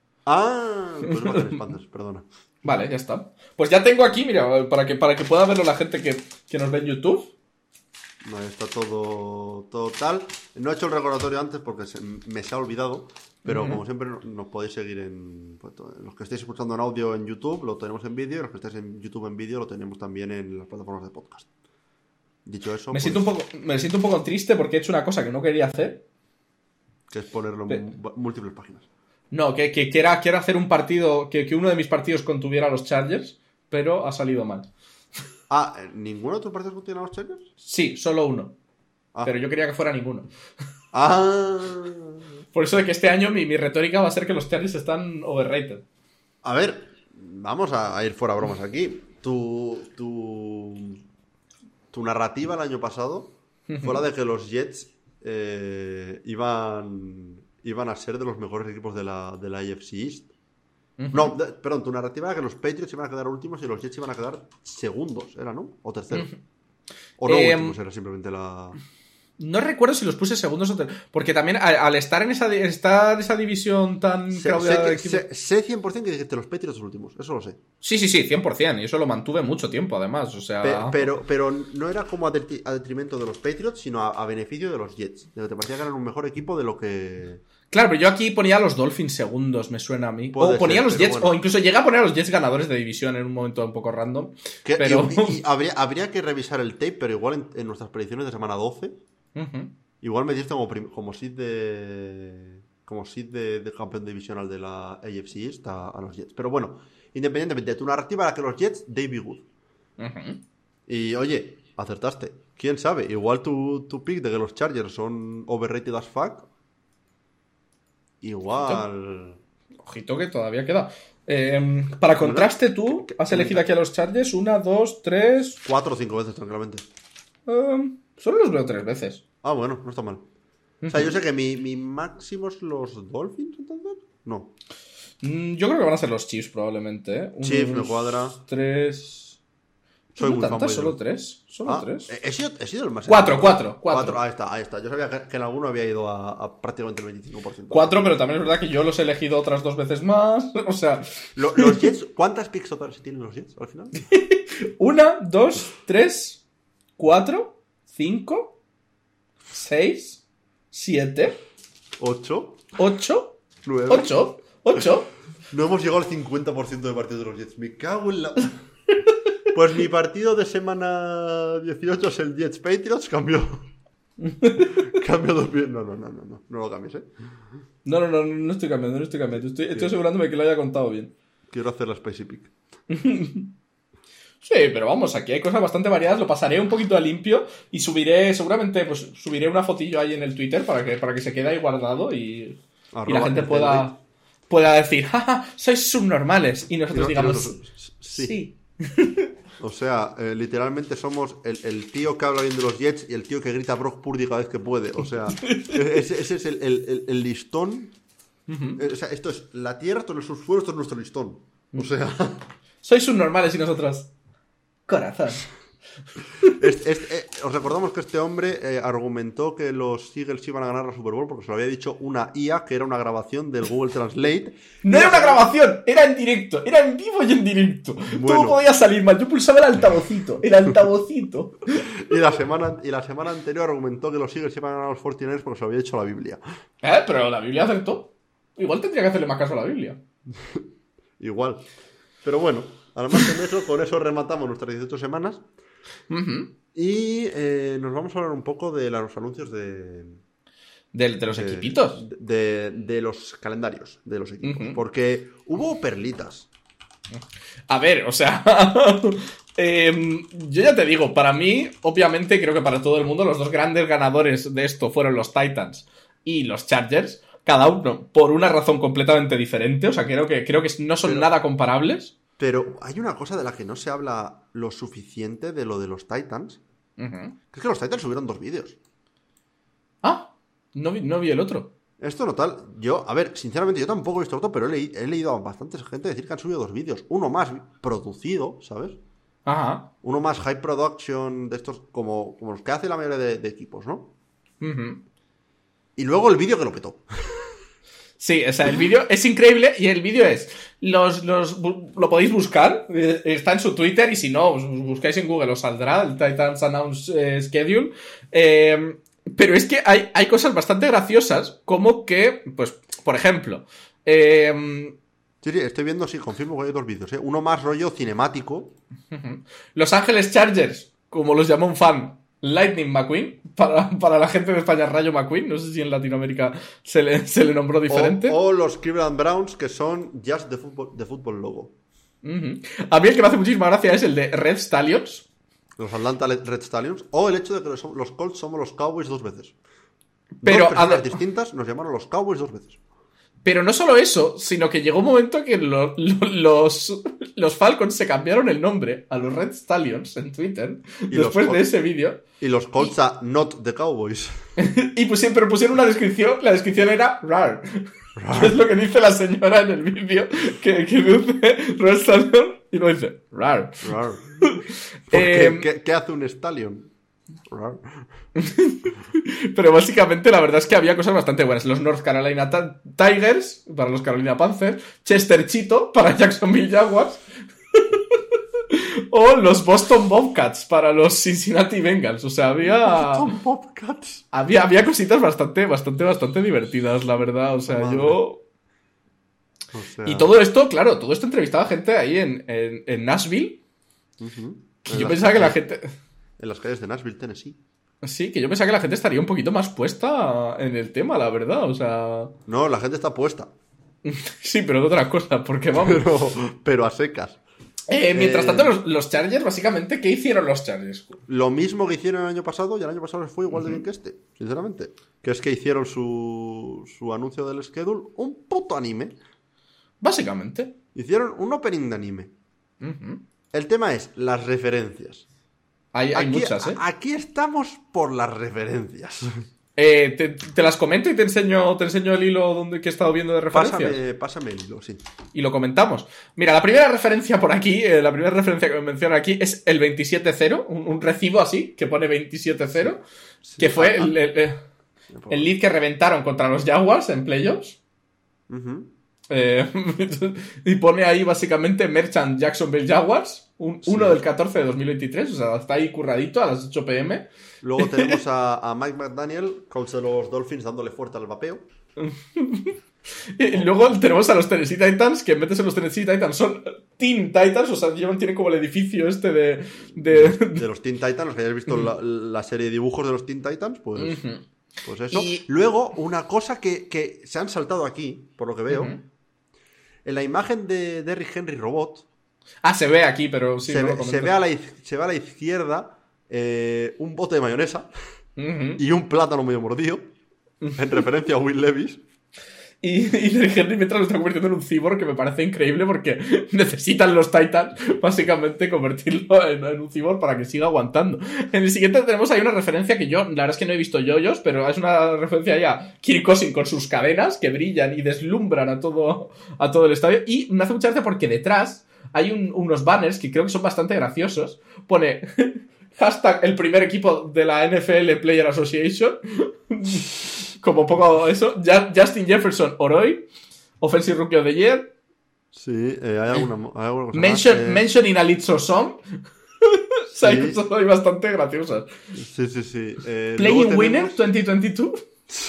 Ah, pues Buccaneers Panthers, perdona. Vale, ya está. Pues ya tengo aquí, mira, para que, para que pueda verlo la gente que, que nos ve en YouTube. No, está todo, todo tal. No he hecho el recordatorio antes porque se- me se ha olvidado. Pero Ujú. como siempre, no- nos podéis seguir en. Pues, los que estéis escuchando en audio en YouTube lo tenemos en vídeo. Y los que estéis en YouTube en vídeo lo tenemos también en las plataformas de podcast. Dicho eso, Me pues, siento, un poco, me siento un poco triste porque he hecho una cosa que no quería hacer. que es ponerlo en Pe- mu- múltiples páginas. No, que, que quiera, quiera hacer un partido, que, que uno de mis partidos contuviera a los Chargers, pero ha salido mal. Ah, ¿ningún otro partido contiene a los Chargers? Sí, solo uno. Ah. Pero yo quería que fuera ninguno. Ah. Por eso de que este año mi, mi retórica va a ser que los Chargers están overrated. A ver, vamos a, a ir fuera bromas aquí. Tu, tu, tu narrativa el año pasado fue la de que los Jets eh, iban, iban a ser de los mejores equipos de la, de la A F C East. Ujú. No, de- perdón, tu narrativa era que los Patriots iban a quedar últimos y los Jets iban a quedar segundos, ¿era, no? O terceros. O no Eh, últimos, era simplemente la... No recuerdo si los puse segundos o ter- porque también al, al estar en esa, di- estar en esa división tan Sé, claudiada sé de que- equipos- sé- sé cien por ciento que dijiste los Patriots últimos, eso lo sé. Sí, sí, sí, cien por ciento. Y eso lo mantuve mucho tiempo, además. O sea... Pe- Pero, pero no era como a, detri- a detrimento de los Patriots, sino a, a beneficio de los Jets. De que te parecía que eran un mejor equipo de lo que... Claro, pero yo aquí ponía a los Dolphins segundos, me suena a mí. Puede o ponía ser, a los pero Jets, bueno. o incluso llegué a poner a los Jets ganadores de división en un momento un poco random. que- Pero... y- y habría, habría que revisar el tape, pero igual en, en nuestras predicciones de semana doce, Ujú. igual me diste como, prim- como seed de... Como seed de, de campeón divisional de la A F C East a, a los Jets. Pero bueno, independientemente, tu narrativa era que los Jets, they be good. Ujú. Y oye, acertaste. ¿Quién sabe? Igual tu, tu pick de que los Chargers son overrated as fuck. Igual... Ojito que todavía queda. Eh, para contraste, tú has elegido aquí a los Chargers una, dos, tres... Cuatro o cinco veces, tranquilamente. eh, solo los veo tres veces. Ah, bueno, no está mal. O sea, yo sé que mi, mi máximo es los Dolphins, entonces. No. Mm, Yo creo que van a ser los Chiefs, probablemente. ¿eh? Unos Chiefs, me cuadra. Tres... Soy ¿No muy tantas? fanboy de ¿Solo los- tres? ¿Solo Ah, tres? He sido, he sido el más. Cuatro, cuatro, cuatro. Ahí está, ahí está. Yo sabía que, que en alguno había ido a, a prácticamente el veinticinco por ciento. Cuatro, pero también es verdad que yo los he elegido otras dos veces más. O sea, Lo- los Jets, ¿cuántas picks totales tienen los Jets al final? una, dos, tres, cuatro, cinco, seis, siete, ¿Ocho? ocho, ¿Nueve? ocho, ocho. No hemos llegado al cincuenta por ciento de partidos de los Jets. Me cago en la. Pues mi partido de semana dieciocho es el Jets Patriots. Cambió. Cambio dos pies. No, no, no, no, no. No lo cambies, ¿eh? No, no, no, no estoy cambiando, no estoy cambiando. Estoy, estoy asegurándome que lo haya contado bien. Quiero hacer la Spicy Pick. Sí, pero vamos, aquí hay cosas bastante variadas. Lo pasaré un poquito a limpio y subiré, seguramente, pues subiré una fotillo ahí en el Twitter para que, para que se quede ahí guardado y, y la gente pueda, pueda decir, jaja, sois subnormales. Y nosotros y no, digamos, y nosotros, sí. sí. O sea, eh, literalmente somos el, el tío que habla bien de los Jets y el tío que grita Brock Purdy cada vez que puede. O sea, ese, ese es el, el, el, el listón. Uh-huh. O sea, esto es la tierra, esto es sus suelos, esto es nuestro listón. O sea... Sois subnormales y nosotros... Corazón. Este, este, eh, os recordamos que este hombre eh, argumentó que los Eagles iban a ganar la Super Bowl porque se lo había dicho una I A, que era una grabación del Google Translate. No era una grabación, era en directo, era en vivo y en directo. Bueno. Todo podía salir mal, yo pulsaba el altavocito, el altavocito. y, la semana, y la semana anterior argumentó que los Eagles iban a ganar a los cuarenta y nueve porque se lo había dicho la Biblia. Eh, pero la Biblia acertó. Igual tendría que hacerle más caso a la Biblia. Igual. Pero bueno, además de eso, con eso rematamos nuestras dieciocho semanas. Uh-huh. Y eh, nos vamos a hablar un poco de los anuncios de... De, de los de, equipitos. De, de, de los calendarios de los equipos. Uh-huh. Porque hubo perlitas. A ver, o sea... eh, yo ya te digo, para mí, obviamente, creo que para todo el mundo, los dos grandes ganadores de esto fueron los Titans y los Chargers. Cada uno por una razón completamente diferente. O sea, creo que, creo que no son Pero... nada comparables. Pero hay una cosa de la que no se habla lo suficiente de lo de los Titans. Uh-huh. Que es que los Titans subieron dos vídeos. Ah, no vi, no vi el otro. Esto no tal. Yo, a ver, sinceramente, yo tampoco he visto otro, pero he, leí, he leído a bastante gente decir que han subido dos vídeos. Uno más producido, ¿sabes? Ajá. Uno más high production, de estos como, como los que hace la mayoría de, de equipos, ¿no? Uh-huh. Y luego el vídeo que lo petó. Sí, o sea, el vídeo es increíble y el vídeo es, los, los, lo podéis buscar, está en su Twitter y si no, os buscáis en Google os saldrá el Titans Announce eh, Schedule, eh, pero es que hay, hay cosas bastante graciosas como que, pues, por ejemplo, eh, sí, sí, estoy viendo, sí, confirmo que hay dos vídeos, ¿eh? Uno más rollo cinemático. Los Ángeles Chargers, como los llamó un fan, Lightning McQueen, para, para la gente de España, Rayo McQueen, no sé si en Latinoamérica se le, se le nombró diferente. O, o los Cleveland Browns, que son Just the Football, the football Logo. Uh-huh. A mí el que me hace muchísima gracia es el de Red Stallions. Los Atlanta Red Stallions. O el hecho de que los, los Colts somos los Cowboys dos veces. Pero dos personas a... distintas nos llamaron los Cowboys dos veces. Pero no solo eso, sino que llegó un momento que lo, lo, los, los Falcons se cambiaron el nombre a los Red Stallions en Twitter y después de ese vídeo. Y los Colts y... a Not the Cowboys. Y pusieron, pero pusieron una descripción, la descripción era rar. rar. Que es lo que dice la señora en el vídeo, que, que dice Red Stallion y lo dice rar. rar. eh, ¿qué, ¿Qué hace un Stallion? Rar. Pero básicamente la verdad es que había cosas bastante buenas. Los North Carolina Tigers para los Carolina Panthers, Chester Cheeto para Jacksonville Jaguars o los Boston Bobcats para los Cincinnati Bengals. O sea, había Boston Bobcats. Había, había cositas bastante, bastante, bastante divertidas, la verdad. O sea, Madre. yo... O sea... Y todo esto, claro, todo esto entrevistaba gente ahí en, en, en Nashville. Uh-huh. Que en yo pensaba calles, que la gente... En las calles de Nashville, Tennessee. Sí, que yo pensaba que la gente estaría un poquito más puesta en el tema, la verdad, o sea... No, la gente está puesta. Sí, pero de otras cosas, porque vamos... Pero, pero a secas. Eh, mientras eh... tanto, los, los Chargers, básicamente, ¿qué hicieron los Chargers? Lo mismo que hicieron el año pasado, y el año pasado les fue igual uh-huh. de bien que este, sinceramente. Que es que hicieron su, su anuncio del schedule, un puto anime. Básicamente. Hicieron un opening de anime. Uh-huh. El tema es las referencias. Hay, hay aquí, muchas, ¿eh? Aquí estamos por las referencias. Eh, te, te las comento y te enseño, te enseño el hilo donde, que he estado viendo de referencias. Pásame, pásame el hilo, sí. Y lo comentamos. Mira, la primera referencia por aquí, eh, la primera referencia que me menciona aquí es el veintisiete cero, un, un recibo así, que pone veintisiete cero, sí, sí, que fue el, el, el, el lead que reventaron contra los Jaguars en playoffs. Uh-huh. Eh, y pone ahí básicamente Merchant Jacksonville Jaguars, un, sí. uno del catorce de dos mil veintitrés, o sea, está ahí curradito a las ocho pm. Luego tenemos a, a Mike McDaniel, coach de los Dolphins, dándole fuerte al vapeo. Y luego tenemos a los Tennessee Titans, que en vez de ser los Tennessee Titans son Teen Titans, o sea, llevan, tienen como el edificio este de... De, de los Teen Titans, los que hayáis visto uh-huh. la, la serie de dibujos de los Teen Titans, pues... Uh-huh. Pues eso. Y... Luego, una cosa que, que se han saltado aquí, por lo que veo... Uh-huh. En la imagen de Derrick Henry Robot... Ah, se ve aquí, pero sí. Se, no ve, se, ve, a la, se ve a la izquierda eh, un bote de mayonesa uh-huh. y un plátano medio mordido, en referencia a Will Levis. Y, y Derrick Henry mientras lo está convirtiendo en un cyborg, que me parece increíble porque necesitan los Titans básicamente convertirlo en, en un cyborg para que siga aguantando. En el siguiente tenemos ahí una referencia que yo, la verdad es que no he visto yoyos, pero es una referencia ya a Kirk Cousins con sus cadenas que brillan y deslumbran a todo, a todo el estadio. Y me hace mucha gracia porque detrás hay un, unos banners que creo que son bastante graciosos. Pone hashtag el primer equipo de la N F L Player Association. Como poco eso. Justin Jefferson Oroy, Offensive Rookie of the Year. Sí, eh, hay alguna, hay alguna cosa Mention, más. Eh... mention in a Litso Song. O sea, hay cosas ahí bastante graciosas. Sí, sí, sí. Eh, Playing Winner veinte veintidós.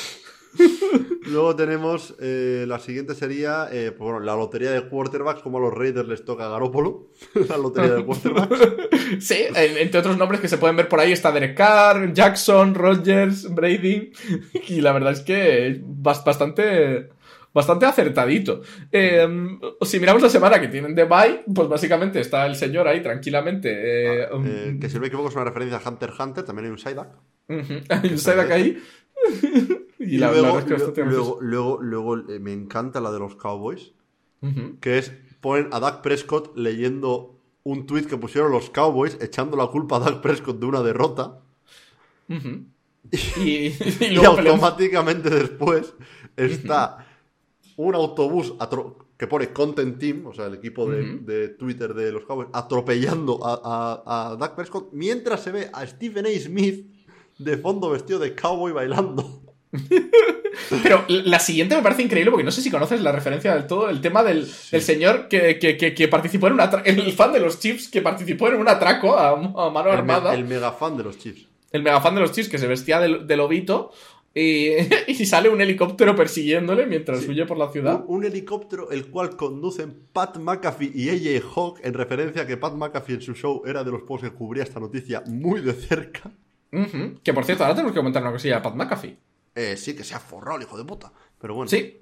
Luego tenemos eh, la siguiente sería eh, pues bueno, la lotería de quarterbacks, como a los Raiders les toca a Garoppolo. La lotería de quarterbacks. Sí, entre otros nombres que se pueden ver por ahí está Derek Carr, Jackson, Rodgers, Brady. Y la verdad es que bastante, bastante acertadito. Eh, si miramos la semana que tienen de bye, pues básicamente está el señor ahí tranquilamente. Eh, ah, eh, que si no me equivoco es una referencia a Hunter x Hunter, también hay un Psyduck. Uh-huh. Hay un Psyduck ahí. Y, y la, luego, la es que luego, luego, luego, luego eh, me encanta la de los Cowboys, uh-huh. que es, ponen a Dak Prescott leyendo un tweet que pusieron los Cowboys echando la culpa a Dak Prescott de una derrota. Uh-huh. Y, y, y, y automáticamente después está uh-huh. un autobús atro- que pone Content Team, o sea, el equipo de, uh-huh. de Twitter de los Cowboys, atropellando a, a, a Dak Prescott, mientras se ve a Stephen A. Smith de fondo vestido de cowboy bailando. Pero la siguiente me parece increíble porque no sé si conoces la referencia del todo, el tema del, sí. del señor que, que, que, que participó en un atraco, el fan de los Chiefs que participó en un atraco a, a mano el armada. Me, el mega fan de los Chiefs. El mega fan de los Chiefs que se vestía de, de lobito y, y sale un helicóptero persiguiéndole mientras sí. huye por la ciudad. Un, un helicóptero el cual conducen Pat McAfee y A J Hawk, en referencia a que Pat McAfee en su show era de los pocos que cubría esta noticia muy de cerca. Uh-huh. Que por cierto, ahora tenemos que comentar una cosilla a Pat McAfee. Eh, sí, que se ha forrado el hijo de puta. Pero bueno. Sí.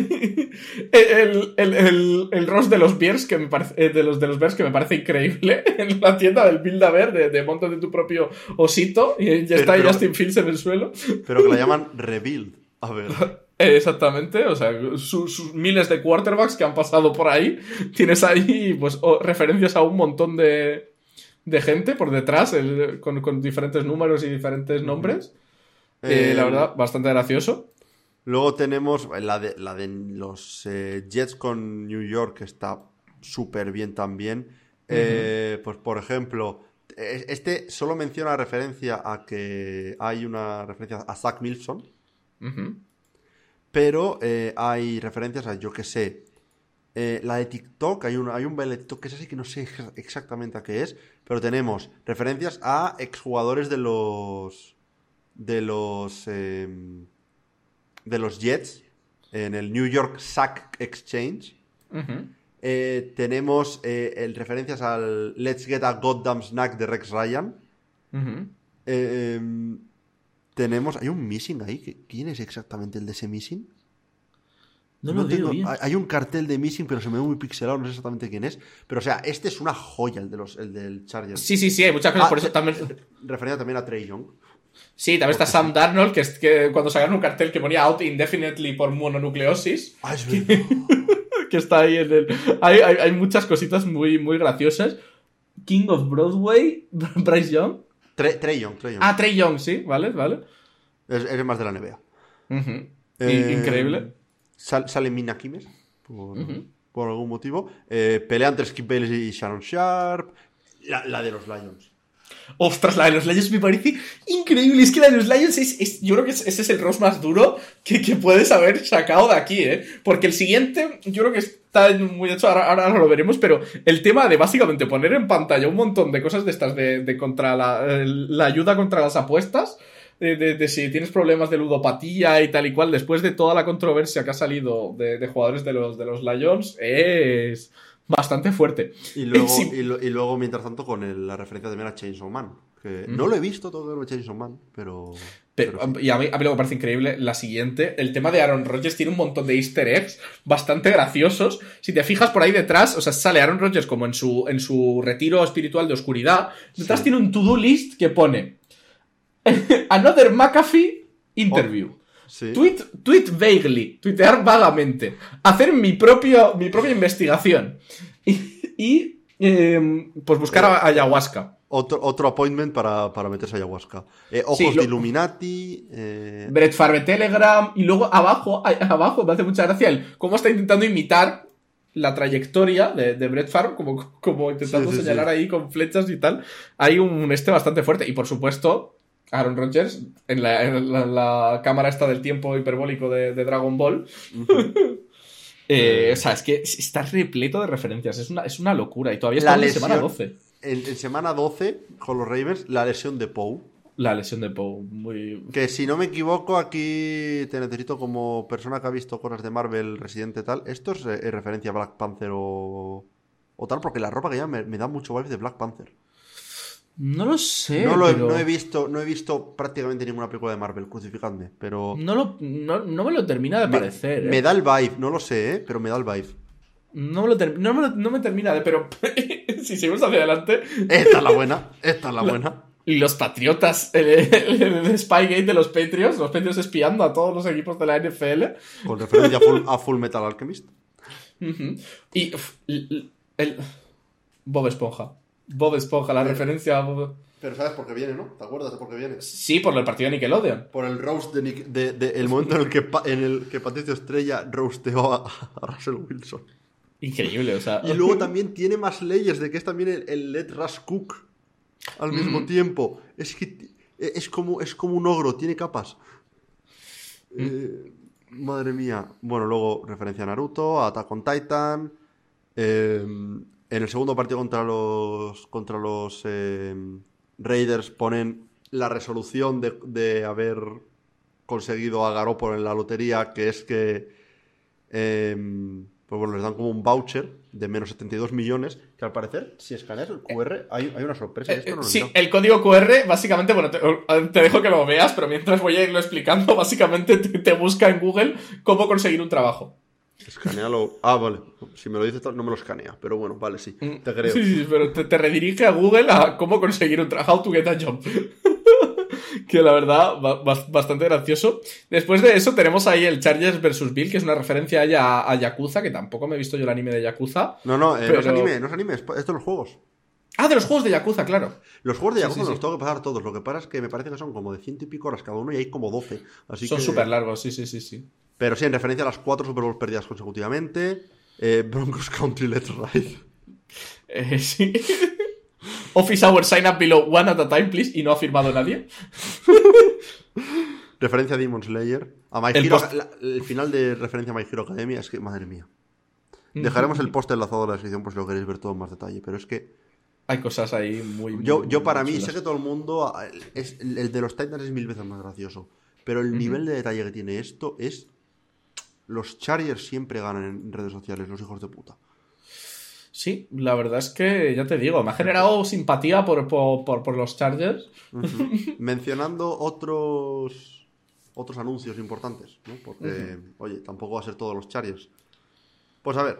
el, el, el, el roast de los Bears que me parece, de los de los Bears que me parece increíble en la tienda del Build-A-Bear de, de monta de tu propio osito y ya está pero, Justin Fields en el suelo. Pero que la llaman Rebuild. A ver. Exactamente, o sea, sus, sus miles de quarterbacks que han pasado por ahí. Tienes ahí pues oh, referencias a un montón de, de gente por detrás el, con, con diferentes números y diferentes nombres. Eh, eh, la verdad, bastante gracioso. Luego tenemos la de, la de los eh, Jets con New York, que está súper bien también. Uh-huh. Eh, pues, por ejemplo, este solo menciona referencia a que hay una referencia a Zach Wilson. Uh-huh. Pero eh, hay referencias a, yo que sé, eh, la de TikTok. Hay un, hay un baile de TikTok que es así que no sé exactamente a qué es. Pero tenemos referencias a exjugadores de los... de los eh, de los Jets en el New York Sack Exchange. Uh-huh. eh, tenemos eh, el, referencias al Let's Get a Goddamn Snack de Rex Ryan. Uh-huh. eh, eh, tenemos hay un missing ahí. ¿Quién es exactamente el de ese missing? No lo no veo bien. Hay un cartel de missing, pero se me ve muy pixelado, no sé exactamente quién es. Pero o sea, este es una joya, el de los el del Chargers. Sí, sí, sí, hay muchas cosas, ah, por eso también referencia también a Trey Young. Sí, también está Sam Darnold, que, es, que cuando sacaron un cartel que ponía out indefinitely por mononucleosis. Ah, es que, que está ahí en el... Hay, hay, hay muchas cositas muy, muy graciosas. King of Broadway, Bryce Young. Trey, Trey Young, Trey Young. Ah, Trey Young, sí, vale, vale. Es, es más de la N B A. Uh-huh. Eh, Increíble. Sal, sale Mina Kimes, por, uh-huh. por algún motivo. Eh, pelea entre Skip Bayless y Shannon Sharp. La, la de los Lions. Ostras, la de los Lions me parece increíble. Es que la de los Lions es, es yo creo que es, ese es el roast más duro que, que puedes haber sacado de aquí, ¿eh? Porque el siguiente, yo creo que está muy hecho, ahora, ahora lo veremos, pero el tema de básicamente poner en pantalla un montón de cosas de estas de, de contra la, la ayuda contra las apuestas, de, de, de si tienes problemas de ludopatía y tal y cual, después de toda la controversia que ha salido de, de jugadores de los, de los Lions, es... bastante fuerte. Y luego, sí. y, lo, y luego mientras tanto, con el, la referencia también a Chainsaw Man. Que uh-huh. No lo he visto todo el Chainsaw Man, pero... Pero, pero sí. Y a mí, a mí lo que me parece increíble, la siguiente, el tema de Aaron Rodgers tiene un montón de easter eggs bastante graciosos. Si te fijas por ahí detrás, o sea, sale Aaron Rodgers como en su, en su retiro espiritual de oscuridad. Detrás sí. tiene un to-do list que pone Another McAfee interview. Oh. Sí. Tweet, tweet vaguely, tuitear vagamente, hacer mi propio, mi propia investigación y, y eh, pues buscar a ayahuasca. Otro, otro appointment para, para meterse a ayahuasca. Eh, ojos sí, lo... de Illuminati. Eh... Brett Favre Telegram. Y luego abajo, abajo me hace mucha gracia el cómo está intentando imitar la trayectoria de, de Brett Favre, como, como intentando sí, sí, señalar sí. ahí con flechas y tal. Hay un este bastante fuerte. Y por supuesto, Aaron Rodgers, en la, en la, en la cámara esta del tiempo hiperbólico de, de Dragon Ball. Uh-huh. eh, o sea, es que está repleto de referencias. Es una, es una locura. Y todavía está en semana doce. En, en semana doce, con los Ravens, la lesión de Poe. La lesión de Poe, muy... Que si no me equivoco, aquí te necesito como persona que ha visto cosas de Marvel, Residente tal. ¿Esto es, es referencia a Black Panther o, o tal? Porque la ropa que lleva me, me da mucho vibe de Black Panther. No lo sé, no, lo he, pero... no, he visto, no he visto prácticamente ninguna película de Marvel, crucificadme, pero... No, lo, no, no me lo termina de me, parecer. Me ¿eh? da el vibe, no lo sé, ¿eh? Pero me da el vibe. No me, lo ter... no, me lo... no me termina de... Pero si seguimos hacia adelante... Esta es la buena, esta es la buena. Y los Patriotas, el, el, el Spygate de los Patriots, los Patriots espiando a todos los equipos de la N F L. Con referencia a Full, a Full Metal Alchemist. Uh-huh. Y uf, el, el... Bob Esponja. Bob Esponja, la pero, referencia a Bob... Pero sabes por qué viene, ¿no? ¿Te acuerdas de por qué viene? Sí, por el partido de Nickelodeon. Por el roast de, Nick, de, de el momento en el que, en el que Patricio Estrella roasteó a, a Russell Wilson. Increíble, o sea... Y luego también tiene más layers de que es también el, el Let Russ Cook al mismo mm. tiempo. Es que es como, es como un ogro, tiene capas. Mm. Eh, madre mía. Bueno, luego referencia a Naruto, a Attack on Titan. Eh, en el segundo partido contra los contra los eh, Raiders ponen la resolución de, de haber conseguido a Garoppolo en la lotería, que es que eh, pues bueno, les dan como un voucher de menos setenta y dos millones, que al parecer, si escaneas el Q R, hay, hay una sorpresa. Esto no lo sí, el código Q R, básicamente, bueno, te, te dejo que lo veas, pero mientras voy a irlo explicando, básicamente te, te busca en Google cómo conseguir un trabajo. Escanealo. Ah, vale. Si me lo dices, no me lo escanea. Pero bueno, vale, sí. Te creo. Sí, sí, pero te, te redirige a Google a cómo conseguir un trabajo. How to get a job. Que la verdad, bastante gracioso. Después de eso tenemos ahí el Chargers versus Bill, que es una referencia a, a Yakuza, que tampoco me he visto yo el anime de Yakuza. No, no, eh, pero... no es anime, no es anime, es de los juegos. Ah, de los juegos de Yakuza, claro. Los juegos de Yakuza sí, sí, los sí. tengo que pasar todos. Lo que pasa es que me parece que son como de ciento y pico horas cada uno y hay como doce. Así son que... súper largos, sí, sí, sí, sí. Pero sí, en referencia a las cuatro Super Bowls perdidas consecutivamente. Eh, Broncos Country Let's Ride. Eh, sí. Office hour sign up below one at a time, please. Y no ha firmado nadie. Referencia a Demon Slayer. A My el, Hero, post... la, el final de referencia a My Hero Academia es que, madre mía. Dejaremos el post enlazado en la descripción por si lo queréis ver todo en más detalle. Pero es que... hay cosas ahí muy... Yo, muy, yo para muy mí, chulas. sé que todo el mundo... Es, el de los Titans es mil veces más gracioso. Pero el uh-huh. nivel de detalle que tiene esto es... Los Chargers siempre ganan en redes sociales, los hijos de puta. Sí, la verdad es que, ya te digo, me ha generado simpatía por, por, por, por los Chargers. Uh-huh. Mencionando otros otros anuncios importantes, ¿no? Porque, uh-huh. oye, tampoco va a ser todos los Chargers. Pues a ver,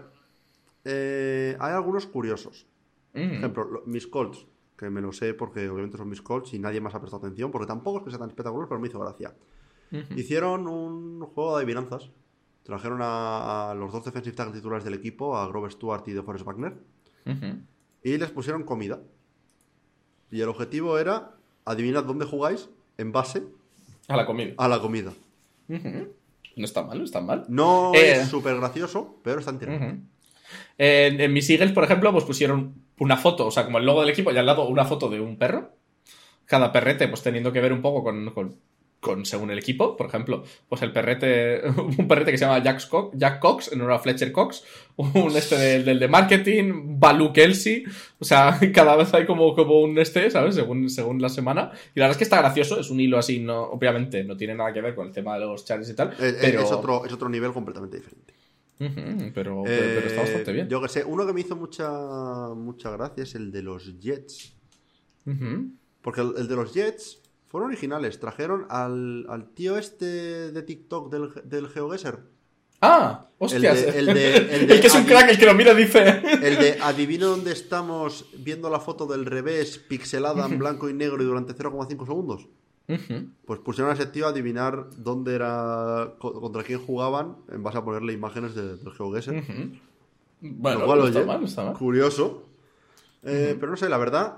eh, hay algunos curiosos. Uh-huh. Por ejemplo, lo, mis Colts, que me lo sé porque obviamente son mis Colts y nadie más ha prestado atención, porque tampoco es que sea tan espectacular, pero me hizo gracia. Uh-huh. Hicieron un juego de adivinanzas. Trajeron a, a los dos defensive tackle titulares del equipo, a Grover Stewart y DeForest Buckner, uh-huh. y les pusieron comida. Y el objetivo era adivinar dónde jugáis en base a la comida. A la comida. Uh-huh. No está mal, no está mal. No eh... es súper gracioso, pero está interesante. Uh-huh. En, en mis Eagles, por ejemplo, pues pusieron una foto, o sea, como el logo del equipo, y al lado una foto de un perro. Cada perrete, pues teniendo que ver un poco con... con Con, según el equipo, por ejemplo, pues el perrete, un perrete que se llama Jack, Cox, Jack Cox, en honor a Fletcher Cox, un este del, del de marketing, Baloo Kelsey, o sea, cada vez hay como, como un este, ¿sabes? Según, según la semana. Y la verdad es que está gracioso, es un hilo así, no, obviamente no tiene nada que ver con el tema de los Chargers y tal, es, pero... es, otro, es otro nivel completamente diferente. Uh-huh, pero, eh, pero está bastante bien. Yo que sé, uno que me hizo mucha, mucha gracia es el de los Jets. Uh-huh. Porque el, el de los Jets fueron originales. Trajeron al, al tío este de TikTok del, del GeoGuessr. Ah, hostias. El, de, el, de, el, de el que es un crack, el que lo mira dice... El de adivino dónde estamos viendo la foto del revés pixelada en blanco y negro y durante cero coma cinco segundos. Uh-huh. Pues pusieron a ese tío a adivinar dónde era, contra quién jugaban en base a ponerle imágenes de, del GeoGuessr. Uh-huh. Bueno, lo cual, no oye, está mal, no está mal. Curioso. Eh, Uh-huh. Pero no sé, la verdad,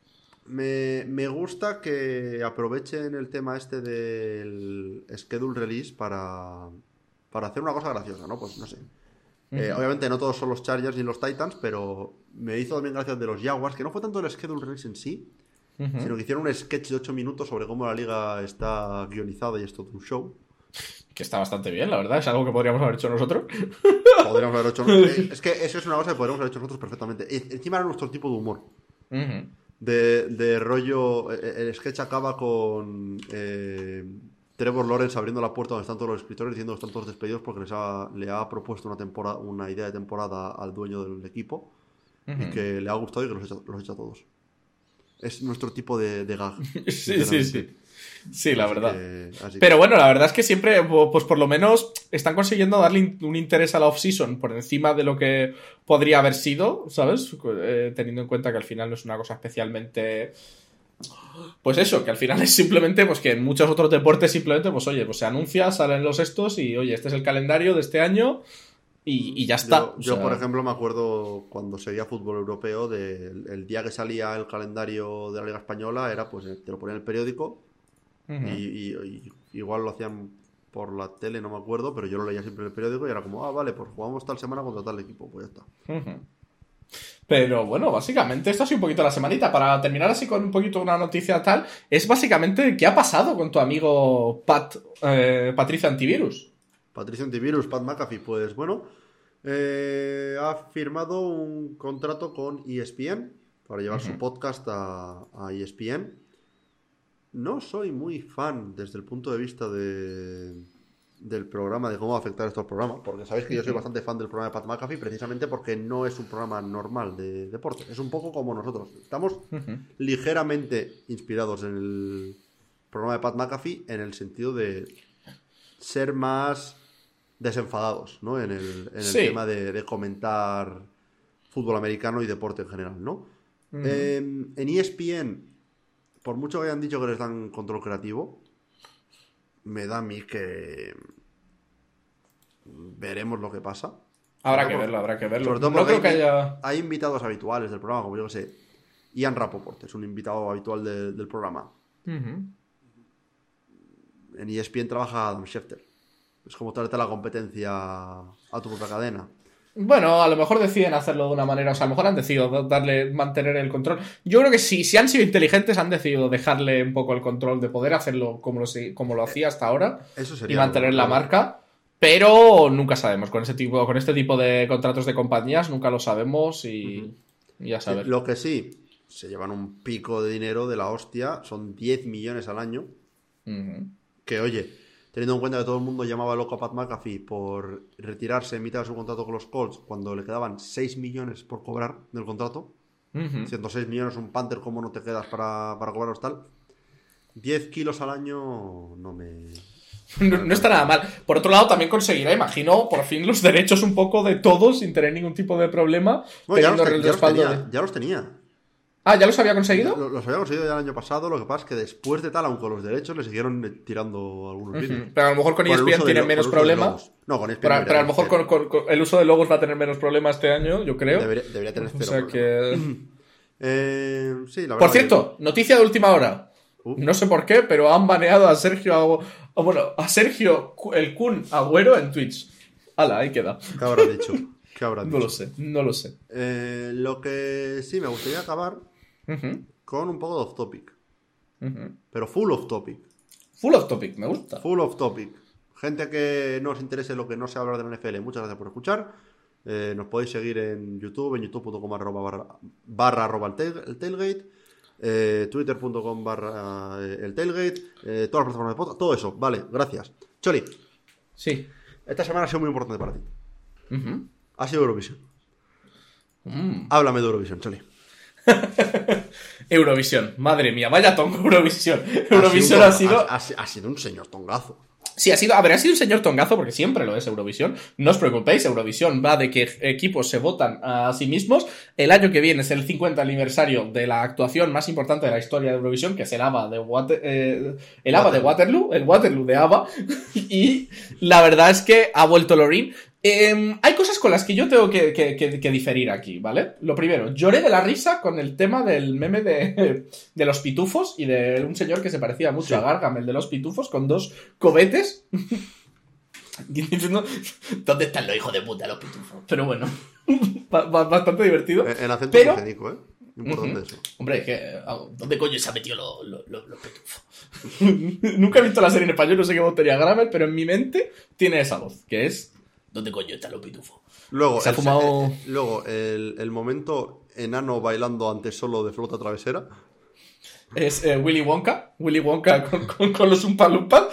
me, me gusta que aprovechen el tema este del schedule release para, para hacer una cosa graciosa, ¿no? Pues no sé. Eh, Uh-huh. obviamente no todos son los Chargers ni los Titans, pero me hizo también gracia de los Jaguars, que no fue tanto el schedule release en sí, Uh-huh. sino que hicieron un sketch de ocho minutos sobre cómo la liga está guionizada y es todo un show. Que está bastante bien, la verdad. Es algo que podríamos haber hecho nosotros. Podríamos haber hecho... Es que eso es una cosa que podríamos haber hecho nosotros perfectamente. Y encima era nuestro tipo de humor. Uh-huh. De, de rollo... El sketch acaba con eh, Trevor Lawrence abriendo la puerta donde están todos los escritores diciendo que están todos despedidos porque les ha, le ha propuesto una, temporada, una idea de temporada al dueño del equipo Uh-huh. y que le ha gustado y que los echa, los echa a todos. Es nuestro tipo de, de gag. Sí, sí, sí. Sí, la Así verdad. que- así Pero que- bueno, la verdad es que siempre, pues por lo menos, están consiguiendo darle in- un interés a la off-season por encima de lo que podría haber sido, ¿sabes? Eh, teniendo en cuenta que al final no es una cosa especialmente... Pues eso, que al final es simplemente, pues que en muchos otros deportes simplemente, pues oye, pues se anuncia, salen los estos y oye, este es el calendario de este año y, y ya está. Yo, O yo, sea, por ejemplo, me acuerdo cuando seguía fútbol europeo, del el día que salía el calendario de la Liga Española, era pues te lo ponía en el periódico ujú. y, y- y igual lo hacían por la tele, no me acuerdo, pero yo lo leía siempre en el periódico y era como, ah, vale, pues jugamos tal semana contra tal equipo, pues ya está. Ujú. Pero bueno, básicamente esto ha sido un poquito la semanita. Para terminar así con un poquito una noticia tal, es básicamente qué ha pasado con tu amigo Pat, eh, Patricio Antivirus. Patricio Antivirus, Pat McAfee, pues bueno, eh, ha firmado un contrato con E S P N para llevar Ujú. su podcast a, a E S P N. No soy muy fan desde el punto de vista de, del programa, de cómo va a afectar estos programas, porque sabéis que yo soy Ujú. bastante fan del programa de Pat McAfee precisamente porque no es un programa normal de deporte, es un poco como nosotros. Estamos Ujú. ligeramente inspirados en el programa de Pat McAfee en el sentido de ser más desenfadados, ¿no? En el, en el Sí. tema de, de comentar fútbol americano y deporte en general, ¿no? Ujú. Eh, en E S P N, por mucho que hayan dicho que les dan control creativo, me da a mí que veremos lo que pasa. Habrá Sobre que todo verlo, habrá que verlo. sobre todo No porque creo que hay, haya... hay invitados habituales del programa, como yo que sé, Ian Rapoport es un invitado habitual de- del programa. Ujú. En E S P N trabaja Adam Schefter. Es como traerte la competencia a tu propia cadena. Bueno, a lo mejor deciden hacerlo de una manera, o sea, a lo mejor han decidido darle, mantener el control. Yo creo que sí, si han sido inteligentes, han decidido dejarle un poco el control de poder hacerlo como lo, se- como lo hacía hasta ahora Eso y sería mantener algo, la claro. marca. Pero nunca sabemos, con ese tipo, con este tipo de contratos de compañías nunca lo sabemos y, y ya Sí, sabes. lo que sí, se llevan un pico de dinero de la hostia, son diez millones al año. Ujú. Que oye, teniendo en cuenta que todo el mundo llamaba loco a Pat McAfee por retirarse en mitad de su contrato con los Colts cuando le quedaban seis millones por cobrar del contrato, Ujú. ciento seis millones un Panther, ¿cómo no te quedas para, para cobrarlos tal? diez kilos al año no me... No, no está nada mal. Por otro lado, también conseguirá, imagino, por fin los derechos un poco de todos sin tener ningún tipo de problema. Bueno, ya, teniendo los, te- el ya los respaldo tenía, de- ya los tenía. Ah, ¿ya los había conseguido? Los, los había conseguido ya el año pasado, lo que pasa es que después de tal, aunque con los derechos le siguieron eh, tirando algunos Ujú. vídeos. Pero a lo mejor con Por el E S P N uso de tienen lo- menos por el uso de problemas. logos. No, con E S P N Pero, debería pero a lo tener mejor con, cero. con- con el uso de logos va a tener menos problemas este año, yo creo. Debería, debería tener O cero sea problema. que... Eh, sí, la verdad Por que- cierto, noticia de última hora. Uh. No sé por qué, pero han baneado a Sergio Agüero, bueno, a Sergio Cu- el Kun Agüero en Twitch. Hala, ahí queda. ¿Qué habrá dicho? ¿Qué habrá No dicho? lo sé, no lo sé. Eh, lo que sí me gustaría acabar Ujú, con un poco de off topic. ujú. Pero full off topic. Full of topic, me gusta. Full off topic. Gente que no os interese lo que no sé hablar de la N F L, muchas gracias por escuchar. Eh, nos podéis seguir en YouTube, en youtube punto com barra, barra arroba el, tail- el tailgate, eh, twitter punto com barra eh, el tailgate, eh, todas las plataformas de podcast, todo eso. Vale, gracias. Choli, Sí. esta semana ha sido muy importante para ti. Ujú. Ha sido Eurovisión. Mm. Háblame de Eurovisión, Choli. Eurovisión, madre mía, vaya tongo Eurovisión. Eurovisión ha sido... Ha, ha, ha sido un señor tongazo. Sí, ha sido, a ver, ha sido un señor tongazo porque siempre lo es Eurovisión. No os preocupéis, Eurovisión va de que equipos se votan a sí mismos. El año que viene es el cincuenta aniversario de la actuación más importante de la historia de Eurovisión, que es el ABBA de, Water, eh, el ABBA de Waterloo, el Waterloo de ABBA. Y la verdad es que ha vuelto Loreen. Eh, hay cosas con las que yo tengo que, que, que, que diferir aquí, ¿vale? Lo primero, lloré de la risa con el tema del meme de, de los pitufos y de un señor que se parecía mucho sí. a Gargamel de los pitufos con dos cohetes. Diciendo, ¿dónde están los hijos de puta los pitufos? Pero bueno, bastante divertido. En acento pero... higiénico, ¿eh? Importante uh-huh. eso. Hombre, es que, ¿dónde coño se ha metido los lo, lo, lo pitufos? Nunca he visto la serie en español, no sé qué voz tenía Gargamel, pero en mi mente tiene esa voz, que es... ¿Dónde coño está los pitufos? Luego, se ha el, fumado... eh, luego el, el momento enano bailando ante solo de flauta travesera. Es eh, Willy Wonka. Willy Wonka con, con, con los Oompa Loompas.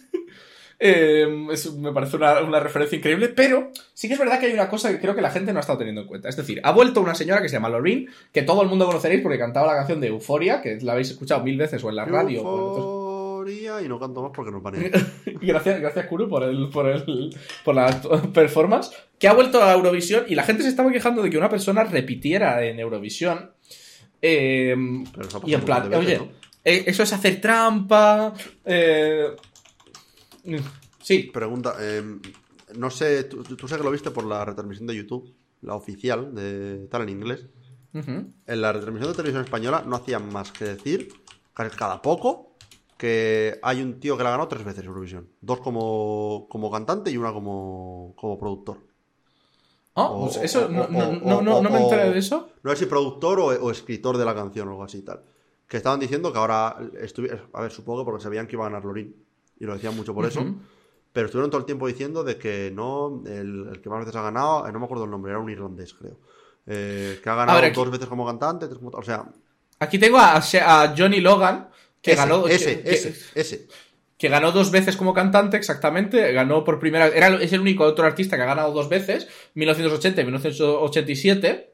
eh, es, me parece una, una referencia increíble, pero sí que es verdad que hay una cosa que creo que la gente no ha estado teniendo en cuenta. Es decir, ha vuelto una señora que se llama Loreen, que todo el mundo conoceréis porque cantaba la canción de Euphoria, que la habéis escuchado mil veces o en la radio. Euphoria. Y no canto más porque no paré. gracias, gracias Kuru por el, por el por la performance, que ha vuelto a Eurovisión y la gente se estaba quejando de que una persona repitiera en Eurovisión. Eh, y en plan, veces, oye, ¿no? eh, eso es hacer trampa. Eh, sí. Pregunta, eh, no sé, tú, tú sabes que lo viste por la retransmisión de YouTube, la oficial de tal en inglés. Uh-huh. En la retransmisión de televisión española no hacían más que decir cada poco que hay un tío que la ha ganado tres veces Eurovisión. Dos como, como cantante y una como, como productor. Ah, oh, pues eso, o, no, o, no, no, no, no me enteré de eso. No sé si productor o, o escritor de la canción o algo así y tal. Que estaban diciendo que ahora, estuvi- a ver, supongo que porque sabían que iba a ganar Loreen. Y lo decían mucho por uh-huh. eso. Pero estuvieron todo el tiempo diciendo de que no, el, el que más veces ha ganado, eh, no me acuerdo el nombre, era un irlandés, creo. Eh, que ha ganado ver, dos veces como cantante, tres como, o sea... Aquí tengo a, a Johnny Logan, que ese, ganó... Ese, que, ese, que, ese. Que ganó dos veces como cantante, exactamente. Ganó por primera vez... Era, es el único otro artista que ha ganado dos veces, mil novecientos ochenta y mil novecientos ochenta y siete.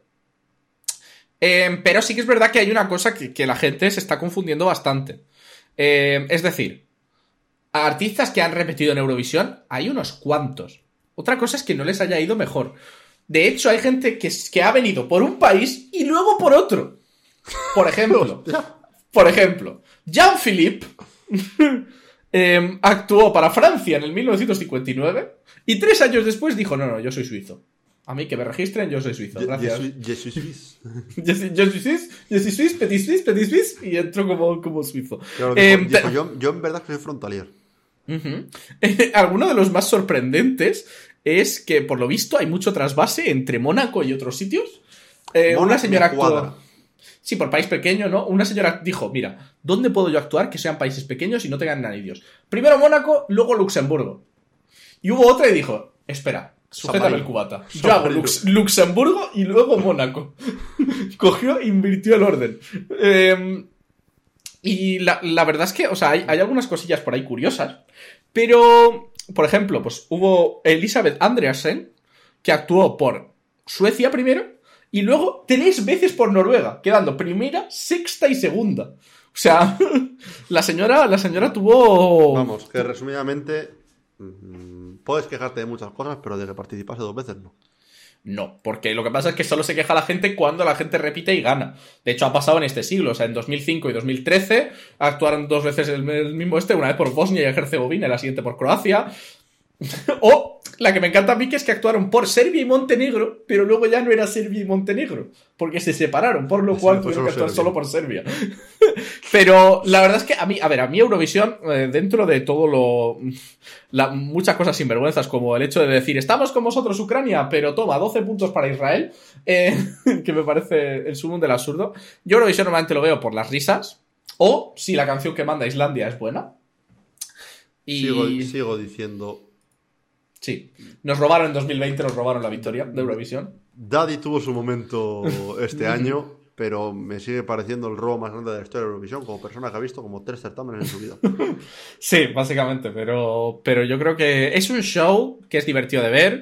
Eh, pero sí que es verdad que hay una cosa que, que la gente se está confundiendo bastante. Eh, es decir... A artistas que han repetido en Eurovisión hay unos cuantos. Otra cosa es que no les haya ido mejor. De hecho, hay gente que, que ha venido por un país y luego por otro. Por ejemplo, por ejemplo, Jean-Philippe eh, actuó para Francia en el mil novecientos cincuenta y nueve y tres años después dijo, no, no, yo soy suizo. A mí que me registren, yo soy suizo. Gracias. Je suis suisse. Je suis suisse, je suis suisse, petit suisse, petit suisse, y entró como, como suizo. Claro, dijo, eh, dijo, yo, yo en verdad que soy frontalier. Uh-huh. Alguno de los más sorprendentes es que, por lo visto, hay mucho trasvase entre Mónaco y otros sitios. Eh, una señora actuó... Sí, por país pequeño, ¿no? Una señora dijo, mira, ¿dónde puedo yo actuar que sean países pequeños y no tengan anillos? Primero Mónaco, luego Luxemburgo. Y hubo otra y dijo, espera, sujétame el cubata. Yo hago Lux- Luxemburgo y luego Mónaco. Cogió e invirtió el orden. Eh... Y la, la verdad es que, o sea, hay, hay algunas cosillas por ahí curiosas, pero, por ejemplo, pues hubo Elisabeth Andreasen, que actuó por Suecia primero, y luego tres veces por Noruega, quedando primera, sexta y segunda. O sea, la señora, la señora tuvo... Vamos, que resumidamente, mmm, puedes quejarte de muchas cosas, pero de que participase dos veces no. No, porque lo que pasa es que solo se queja la gente cuando la gente repite y gana. De hecho, ha pasado en este siglo. O sea, en dos mil cinco y dos mil trece actuaron dos veces el, el mismo este, una vez por Bosnia y Herzegovina y la siguiente por Croacia. O la que me encanta a mí, que es que actuaron por Serbia y Montenegro, pero luego ya no era Serbia y Montenegro, porque se separaron, por lo cual tuvieron que actuar Serbia. Solo por Serbia. Pero la verdad es que a mí, a ver, a mí Eurovisión, eh, dentro de todo lo... La, muchas cosas sinvergüenzas, como el hecho de decir, estamos con vosotros Ucrania, pero toma, doce puntos para Israel, eh, que me parece el sumum del absurdo. Yo Eurovisión normalmente lo veo por las risas, o si la canción que manda Islandia es buena. Y... Sigo, sigo diciendo... Sí, nos robaron en dos mil veinte, nos robaron la victoria de Eurovisión. Daddy tuvo su momento este año, pero me sigue pareciendo el robo más grande de la historia de Eurovisión, como persona que ha visto como tres certámenes en su vida. Sí, básicamente, pero, pero yo creo que es un show que es divertido de ver,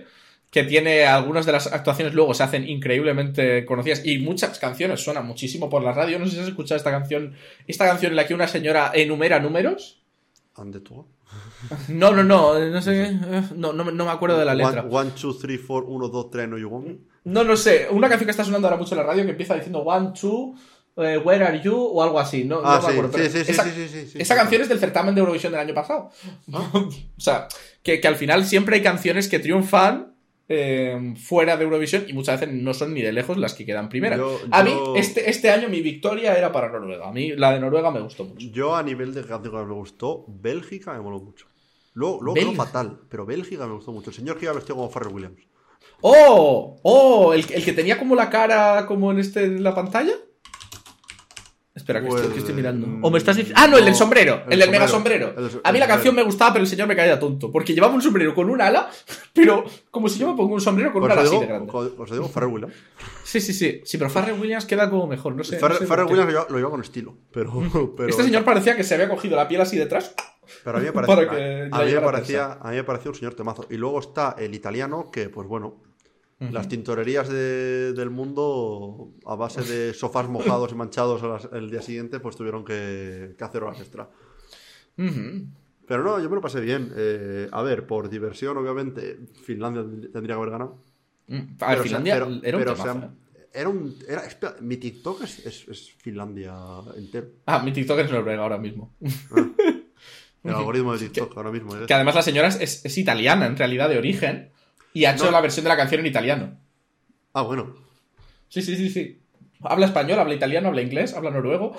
que tiene algunas de las actuaciones luego se hacen increíblemente conocidas y muchas canciones suenan muchísimo por la radio. No sé si has escuchado esta canción, esta canción en la que una señora enumera números. ¿Ande tú? No, no, no, no sé, no, no, no me acuerdo de la letra. One, two, three, four, uno, dos, tres, no you want. No, no sé, una canción que está sonando ahora mucho en la radio que empieza diciendo one, two, uh, where are you o algo así, no, ah, no sí, me acuerdo. Sí, pero sí, esa, sí, sí, sí, sí, esa sí, canción sí. es del certamen de Eurovisión del año pasado. ¿Ah? O sea, que, que al final siempre hay canciones que triunfan eh, fuera de Eurovisión y muchas veces no son ni de lejos las que quedan primeras. Yo, a yo... mí, este, este año mi victoria era para Noruega. A mí la de Noruega me gustó mucho. Yo a nivel de canción que me gustó, Bélgica me moló mucho. Luego, luego quedó fatal, pero Bélgica me gustó mucho. El señor que iba vestido como Pharrell Williams. ¡Oh! ¡Oh! ¿El, el que tenía como la cara como en este en la pantalla? Espera, que, Pues, estoy, que estoy mirando. ¿O me estás diciendo? Ah, no, el del sombrero. El, el del mega sombrero. El, el, a mí la el canción sombrero. me gustaba, pero el señor me caía tonto. Porque llevaba un sombrero con un ala, pero como si yo me pongo un sombrero con Os un ala digo, así de grande. Os digo Pharrell Williams. Sí, sí, sí. Sí, pero Pharrell Williams queda como mejor. No sé. Pharrell, no sé Pharrell por qué. Williams lo lleva, lo lleva con estilo. Pero, pero Este señor parecía que se había cogido la piel así detrás. Pero a mí me parecía, para que a, a, mí me la parecía a mí me parecía un señor temazo. Y luego está el italiano, que pues bueno, uh-huh. las tintorerías de, del mundo, a base de sofás mojados y manchados las, el día siguiente, pues tuvieron que, que hacer horas extra. Uh-huh. Pero no, yo me lo pasé bien. Eh, a ver, por diversión, obviamente, Finlandia tendría que haber ganado. Uh-huh. A ver, pero Finlandia sea, pero, era un pero, temazo, o sea, ¿eh? Era un. Era, espera, mi TikTok es, es, es Finlandia entero. Ah, mi TikTok es Noruega ahora mismo. Ah. El algoritmo de TikTok que, ahora mismo. ¿eh? Que además la señora es, es italiana, en realidad, de origen. Y ha hecho no. la versión de la canción en italiano. Ah, bueno. Sí, sí, sí, sí. Habla español, habla italiano, habla inglés, habla noruego.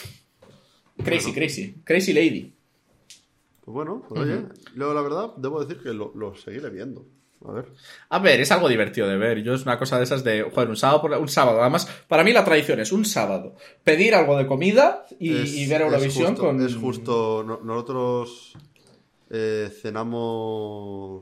Crazy, bueno. crazy. Crazy lady. Pues bueno, pues uh-huh. oye. Luego, la verdad, debo decir que lo, lo seguiré viendo. A ver. A ver, es algo divertido de ver. Yo es una cosa de esas de, joder, un sábado, por, un sábado. Además, para mí la tradición es un sábado pedir algo de comida y, es, y ver Eurovisión es justo, con... Es justo, no, nosotros eh, cenamos...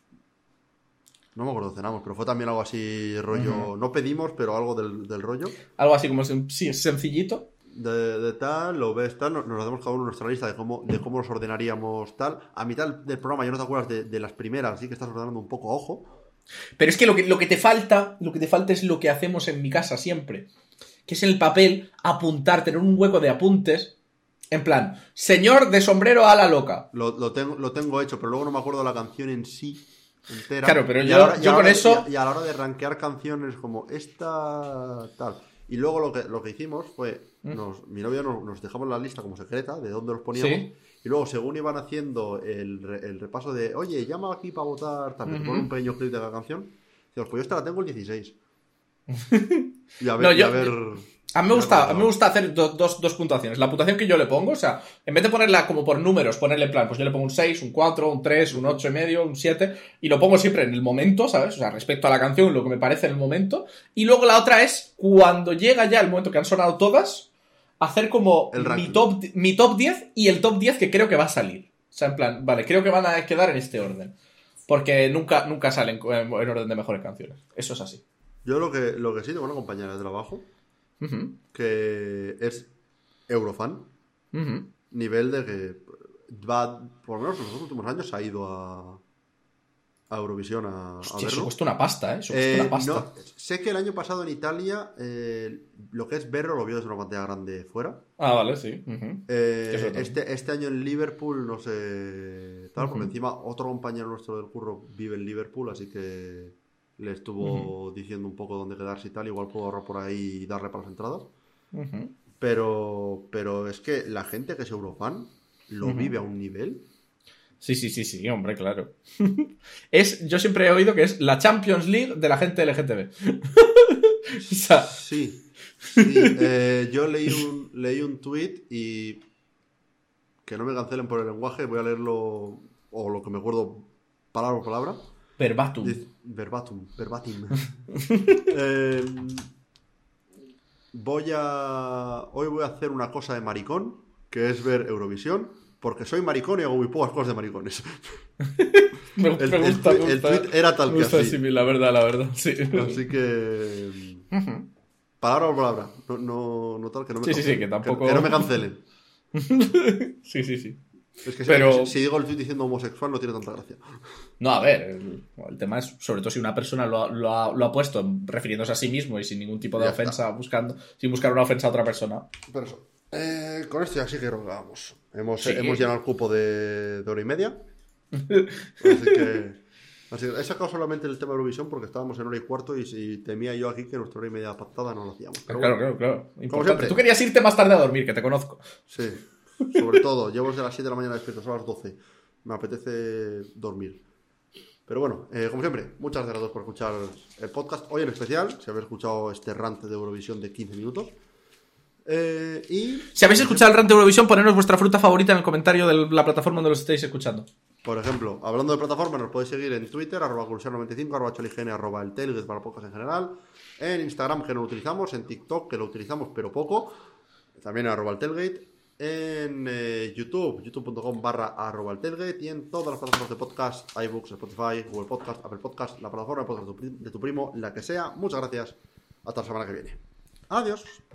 No me acuerdo, cenamos, pero fue también algo así rollo... Uh-huh. No pedimos, pero algo del, del rollo. Algo así como, sí, sencillito. De, de tal, lo ves tal, nos, nos hacemos cada uno nuestra lista de cómo, de cómo nos ordenaríamos tal. A mitad del programa ya no te acuerdas de, de las primeras, así que estás ordenando un poco a ojo. Pero es que lo que, lo que te falta, lo que te falta es lo que hacemos en mi casa siempre. Que es en el papel apuntar, tener un hueco de apuntes. En plan, señor de sombrero a la loca. Lo, lo, tengo, lo tengo hecho, pero luego no me acuerdo de la canción en sí entera. Claro, pero y yo, hora, yo con de, eso... Y a, y a la hora de rankear canciones como esta, tal... Y luego lo que, lo que hicimos fue, nos, mi novia nos, nos dejamos la lista como secreta de dónde los poníamos. ¿Sí? Y luego, según iban haciendo el, el repaso de, oye, llama aquí para votar, también uh-huh. pon un pequeño clip de la canción. Decimos, pues yo esta la tengo el dieciséis. Y a ver... No, y yo, a, ver a mí me gusta, a mí me gusta hacer do, dos, dos puntuaciones. La puntuación que yo le pongo, o sea, en vez de ponerla como por números, ponerle en plan, pues yo le pongo un seis, un cuatro, un tres, un ocho y medio, un siete, y lo pongo siempre en el momento, ¿sabes? O sea, respecto a la canción, lo que me parece en el momento. Y luego la otra es, cuando llega ya el momento que han sonado todas, hacer como mi top, mi top diez y el top diez que creo que va a salir. O sea, en plan, vale, creo que van a quedar en este orden. Porque nunca, nunca salen en orden de mejores canciones. Eso es así. Yo lo que, lo que sí tengo una compañera de trabajo uh-huh. que es Eurofan. Uh-huh. Nivel de que va, por lo menos en los últimos años, ha ido a, a Eurovisión a, Hostia, a verlo. Eso cuesta una pasta, ¿eh? Eso cuesta eh, una pasta. No, sé que el año pasado en Italia eh, lo que es verlo lo vio desde una pantalla grande fuera. Ah, vale, sí. Uh-huh. Eh, este, este año en Liverpool no sé tal, uh-huh. porque encima otro compañero nuestro del curro vive en Liverpool, así que le estuvo uh-huh. diciendo un poco dónde quedarse y tal. Igual puedo ahorrar por ahí y darle para las entradas. Uh-huh. Pero, pero es que la gente que es Eurofan lo uh-huh. vive a un nivel. Sí, sí, sí, sí, hombre, claro. es, yo siempre he oído que es la Champions League de la gente L G T B. O sea... Sí, sí. Eh, yo leí un, leí un tweet y que no me cancelen por el lenguaje, voy a leerlo, o lo que me acuerdo palabra por palabra. Verbatim. Dice, verbatim, verbatim. eh, voy a... Hoy voy a hacer una cosa de maricón, que es ver Eurovisión, porque soy maricón y hago muy pocas cosas de maricones. me, el, me gusta, el, me el gusta. tweet era tal me que gusta, así. Sí, la verdad, la verdad, sí. Así que... Uh-huh. Palabra por palabra. No, no, no tal, que no me Sí, sí, sí, que tampoco... Que, que no me cancelen. sí, sí, sí. Es que si, Pero... si digo el tweet diciendo homosexual no tiene tanta gracia. No, a ver, el, el tema es, sobre todo si una persona lo, ha- lo, ha, lo ha puesto refiriéndose a sí mismo y sin ningún tipo de Ya ofensa, está. buscando, sin buscar una ofensa a otra persona. Pero eso. Eh, con esto ya sí que creo que vamos. Hemos, Sí. hemos llenado el cupo de, de hora y media. Así que, así que he sacado solamente el tema de Eurovisión porque estábamos en hora y cuarto y, y temía yo aquí que nuestra hora y media pactada no lo hacíamos. Pero Claro, bueno, claro, claro. como Importante. siempre. Tú querías irte más tarde a dormir, que te conozco. Sí, sobre todo. Llevo desde las siete de la mañana despierto, son las doce. Me apetece dormir. Pero bueno, eh, como siempre, muchas gracias a todos por escuchar el podcast. Hoy en especial, si habéis escuchado este rante de Eurovisión de quince minutos. Eh, y, Si habéis escuchado el rant de Eurovisión, poneros vuestra fruta favorita en el comentario de la plataforma donde los estéis escuchando. por ejemplo, hablando de plataformas, nos podéis seguir en Twitter, arroba cursión noventa y cinco, arroba choligene, arroba el tailgate para podcast en general. En Instagram, que no lo utilizamos. En TikTok, que lo utilizamos, pero poco. También arroba el tailgate. En eh, YouTube, youtube.com barra arroba el tailgate. Y en todas las plataformas de podcast, iBooks, Spotify, Google Podcast, Apple Podcast, la plataforma de podcast de tu, pri- de tu primo, la que sea. Muchas gracias. Hasta la semana que viene. Adiós.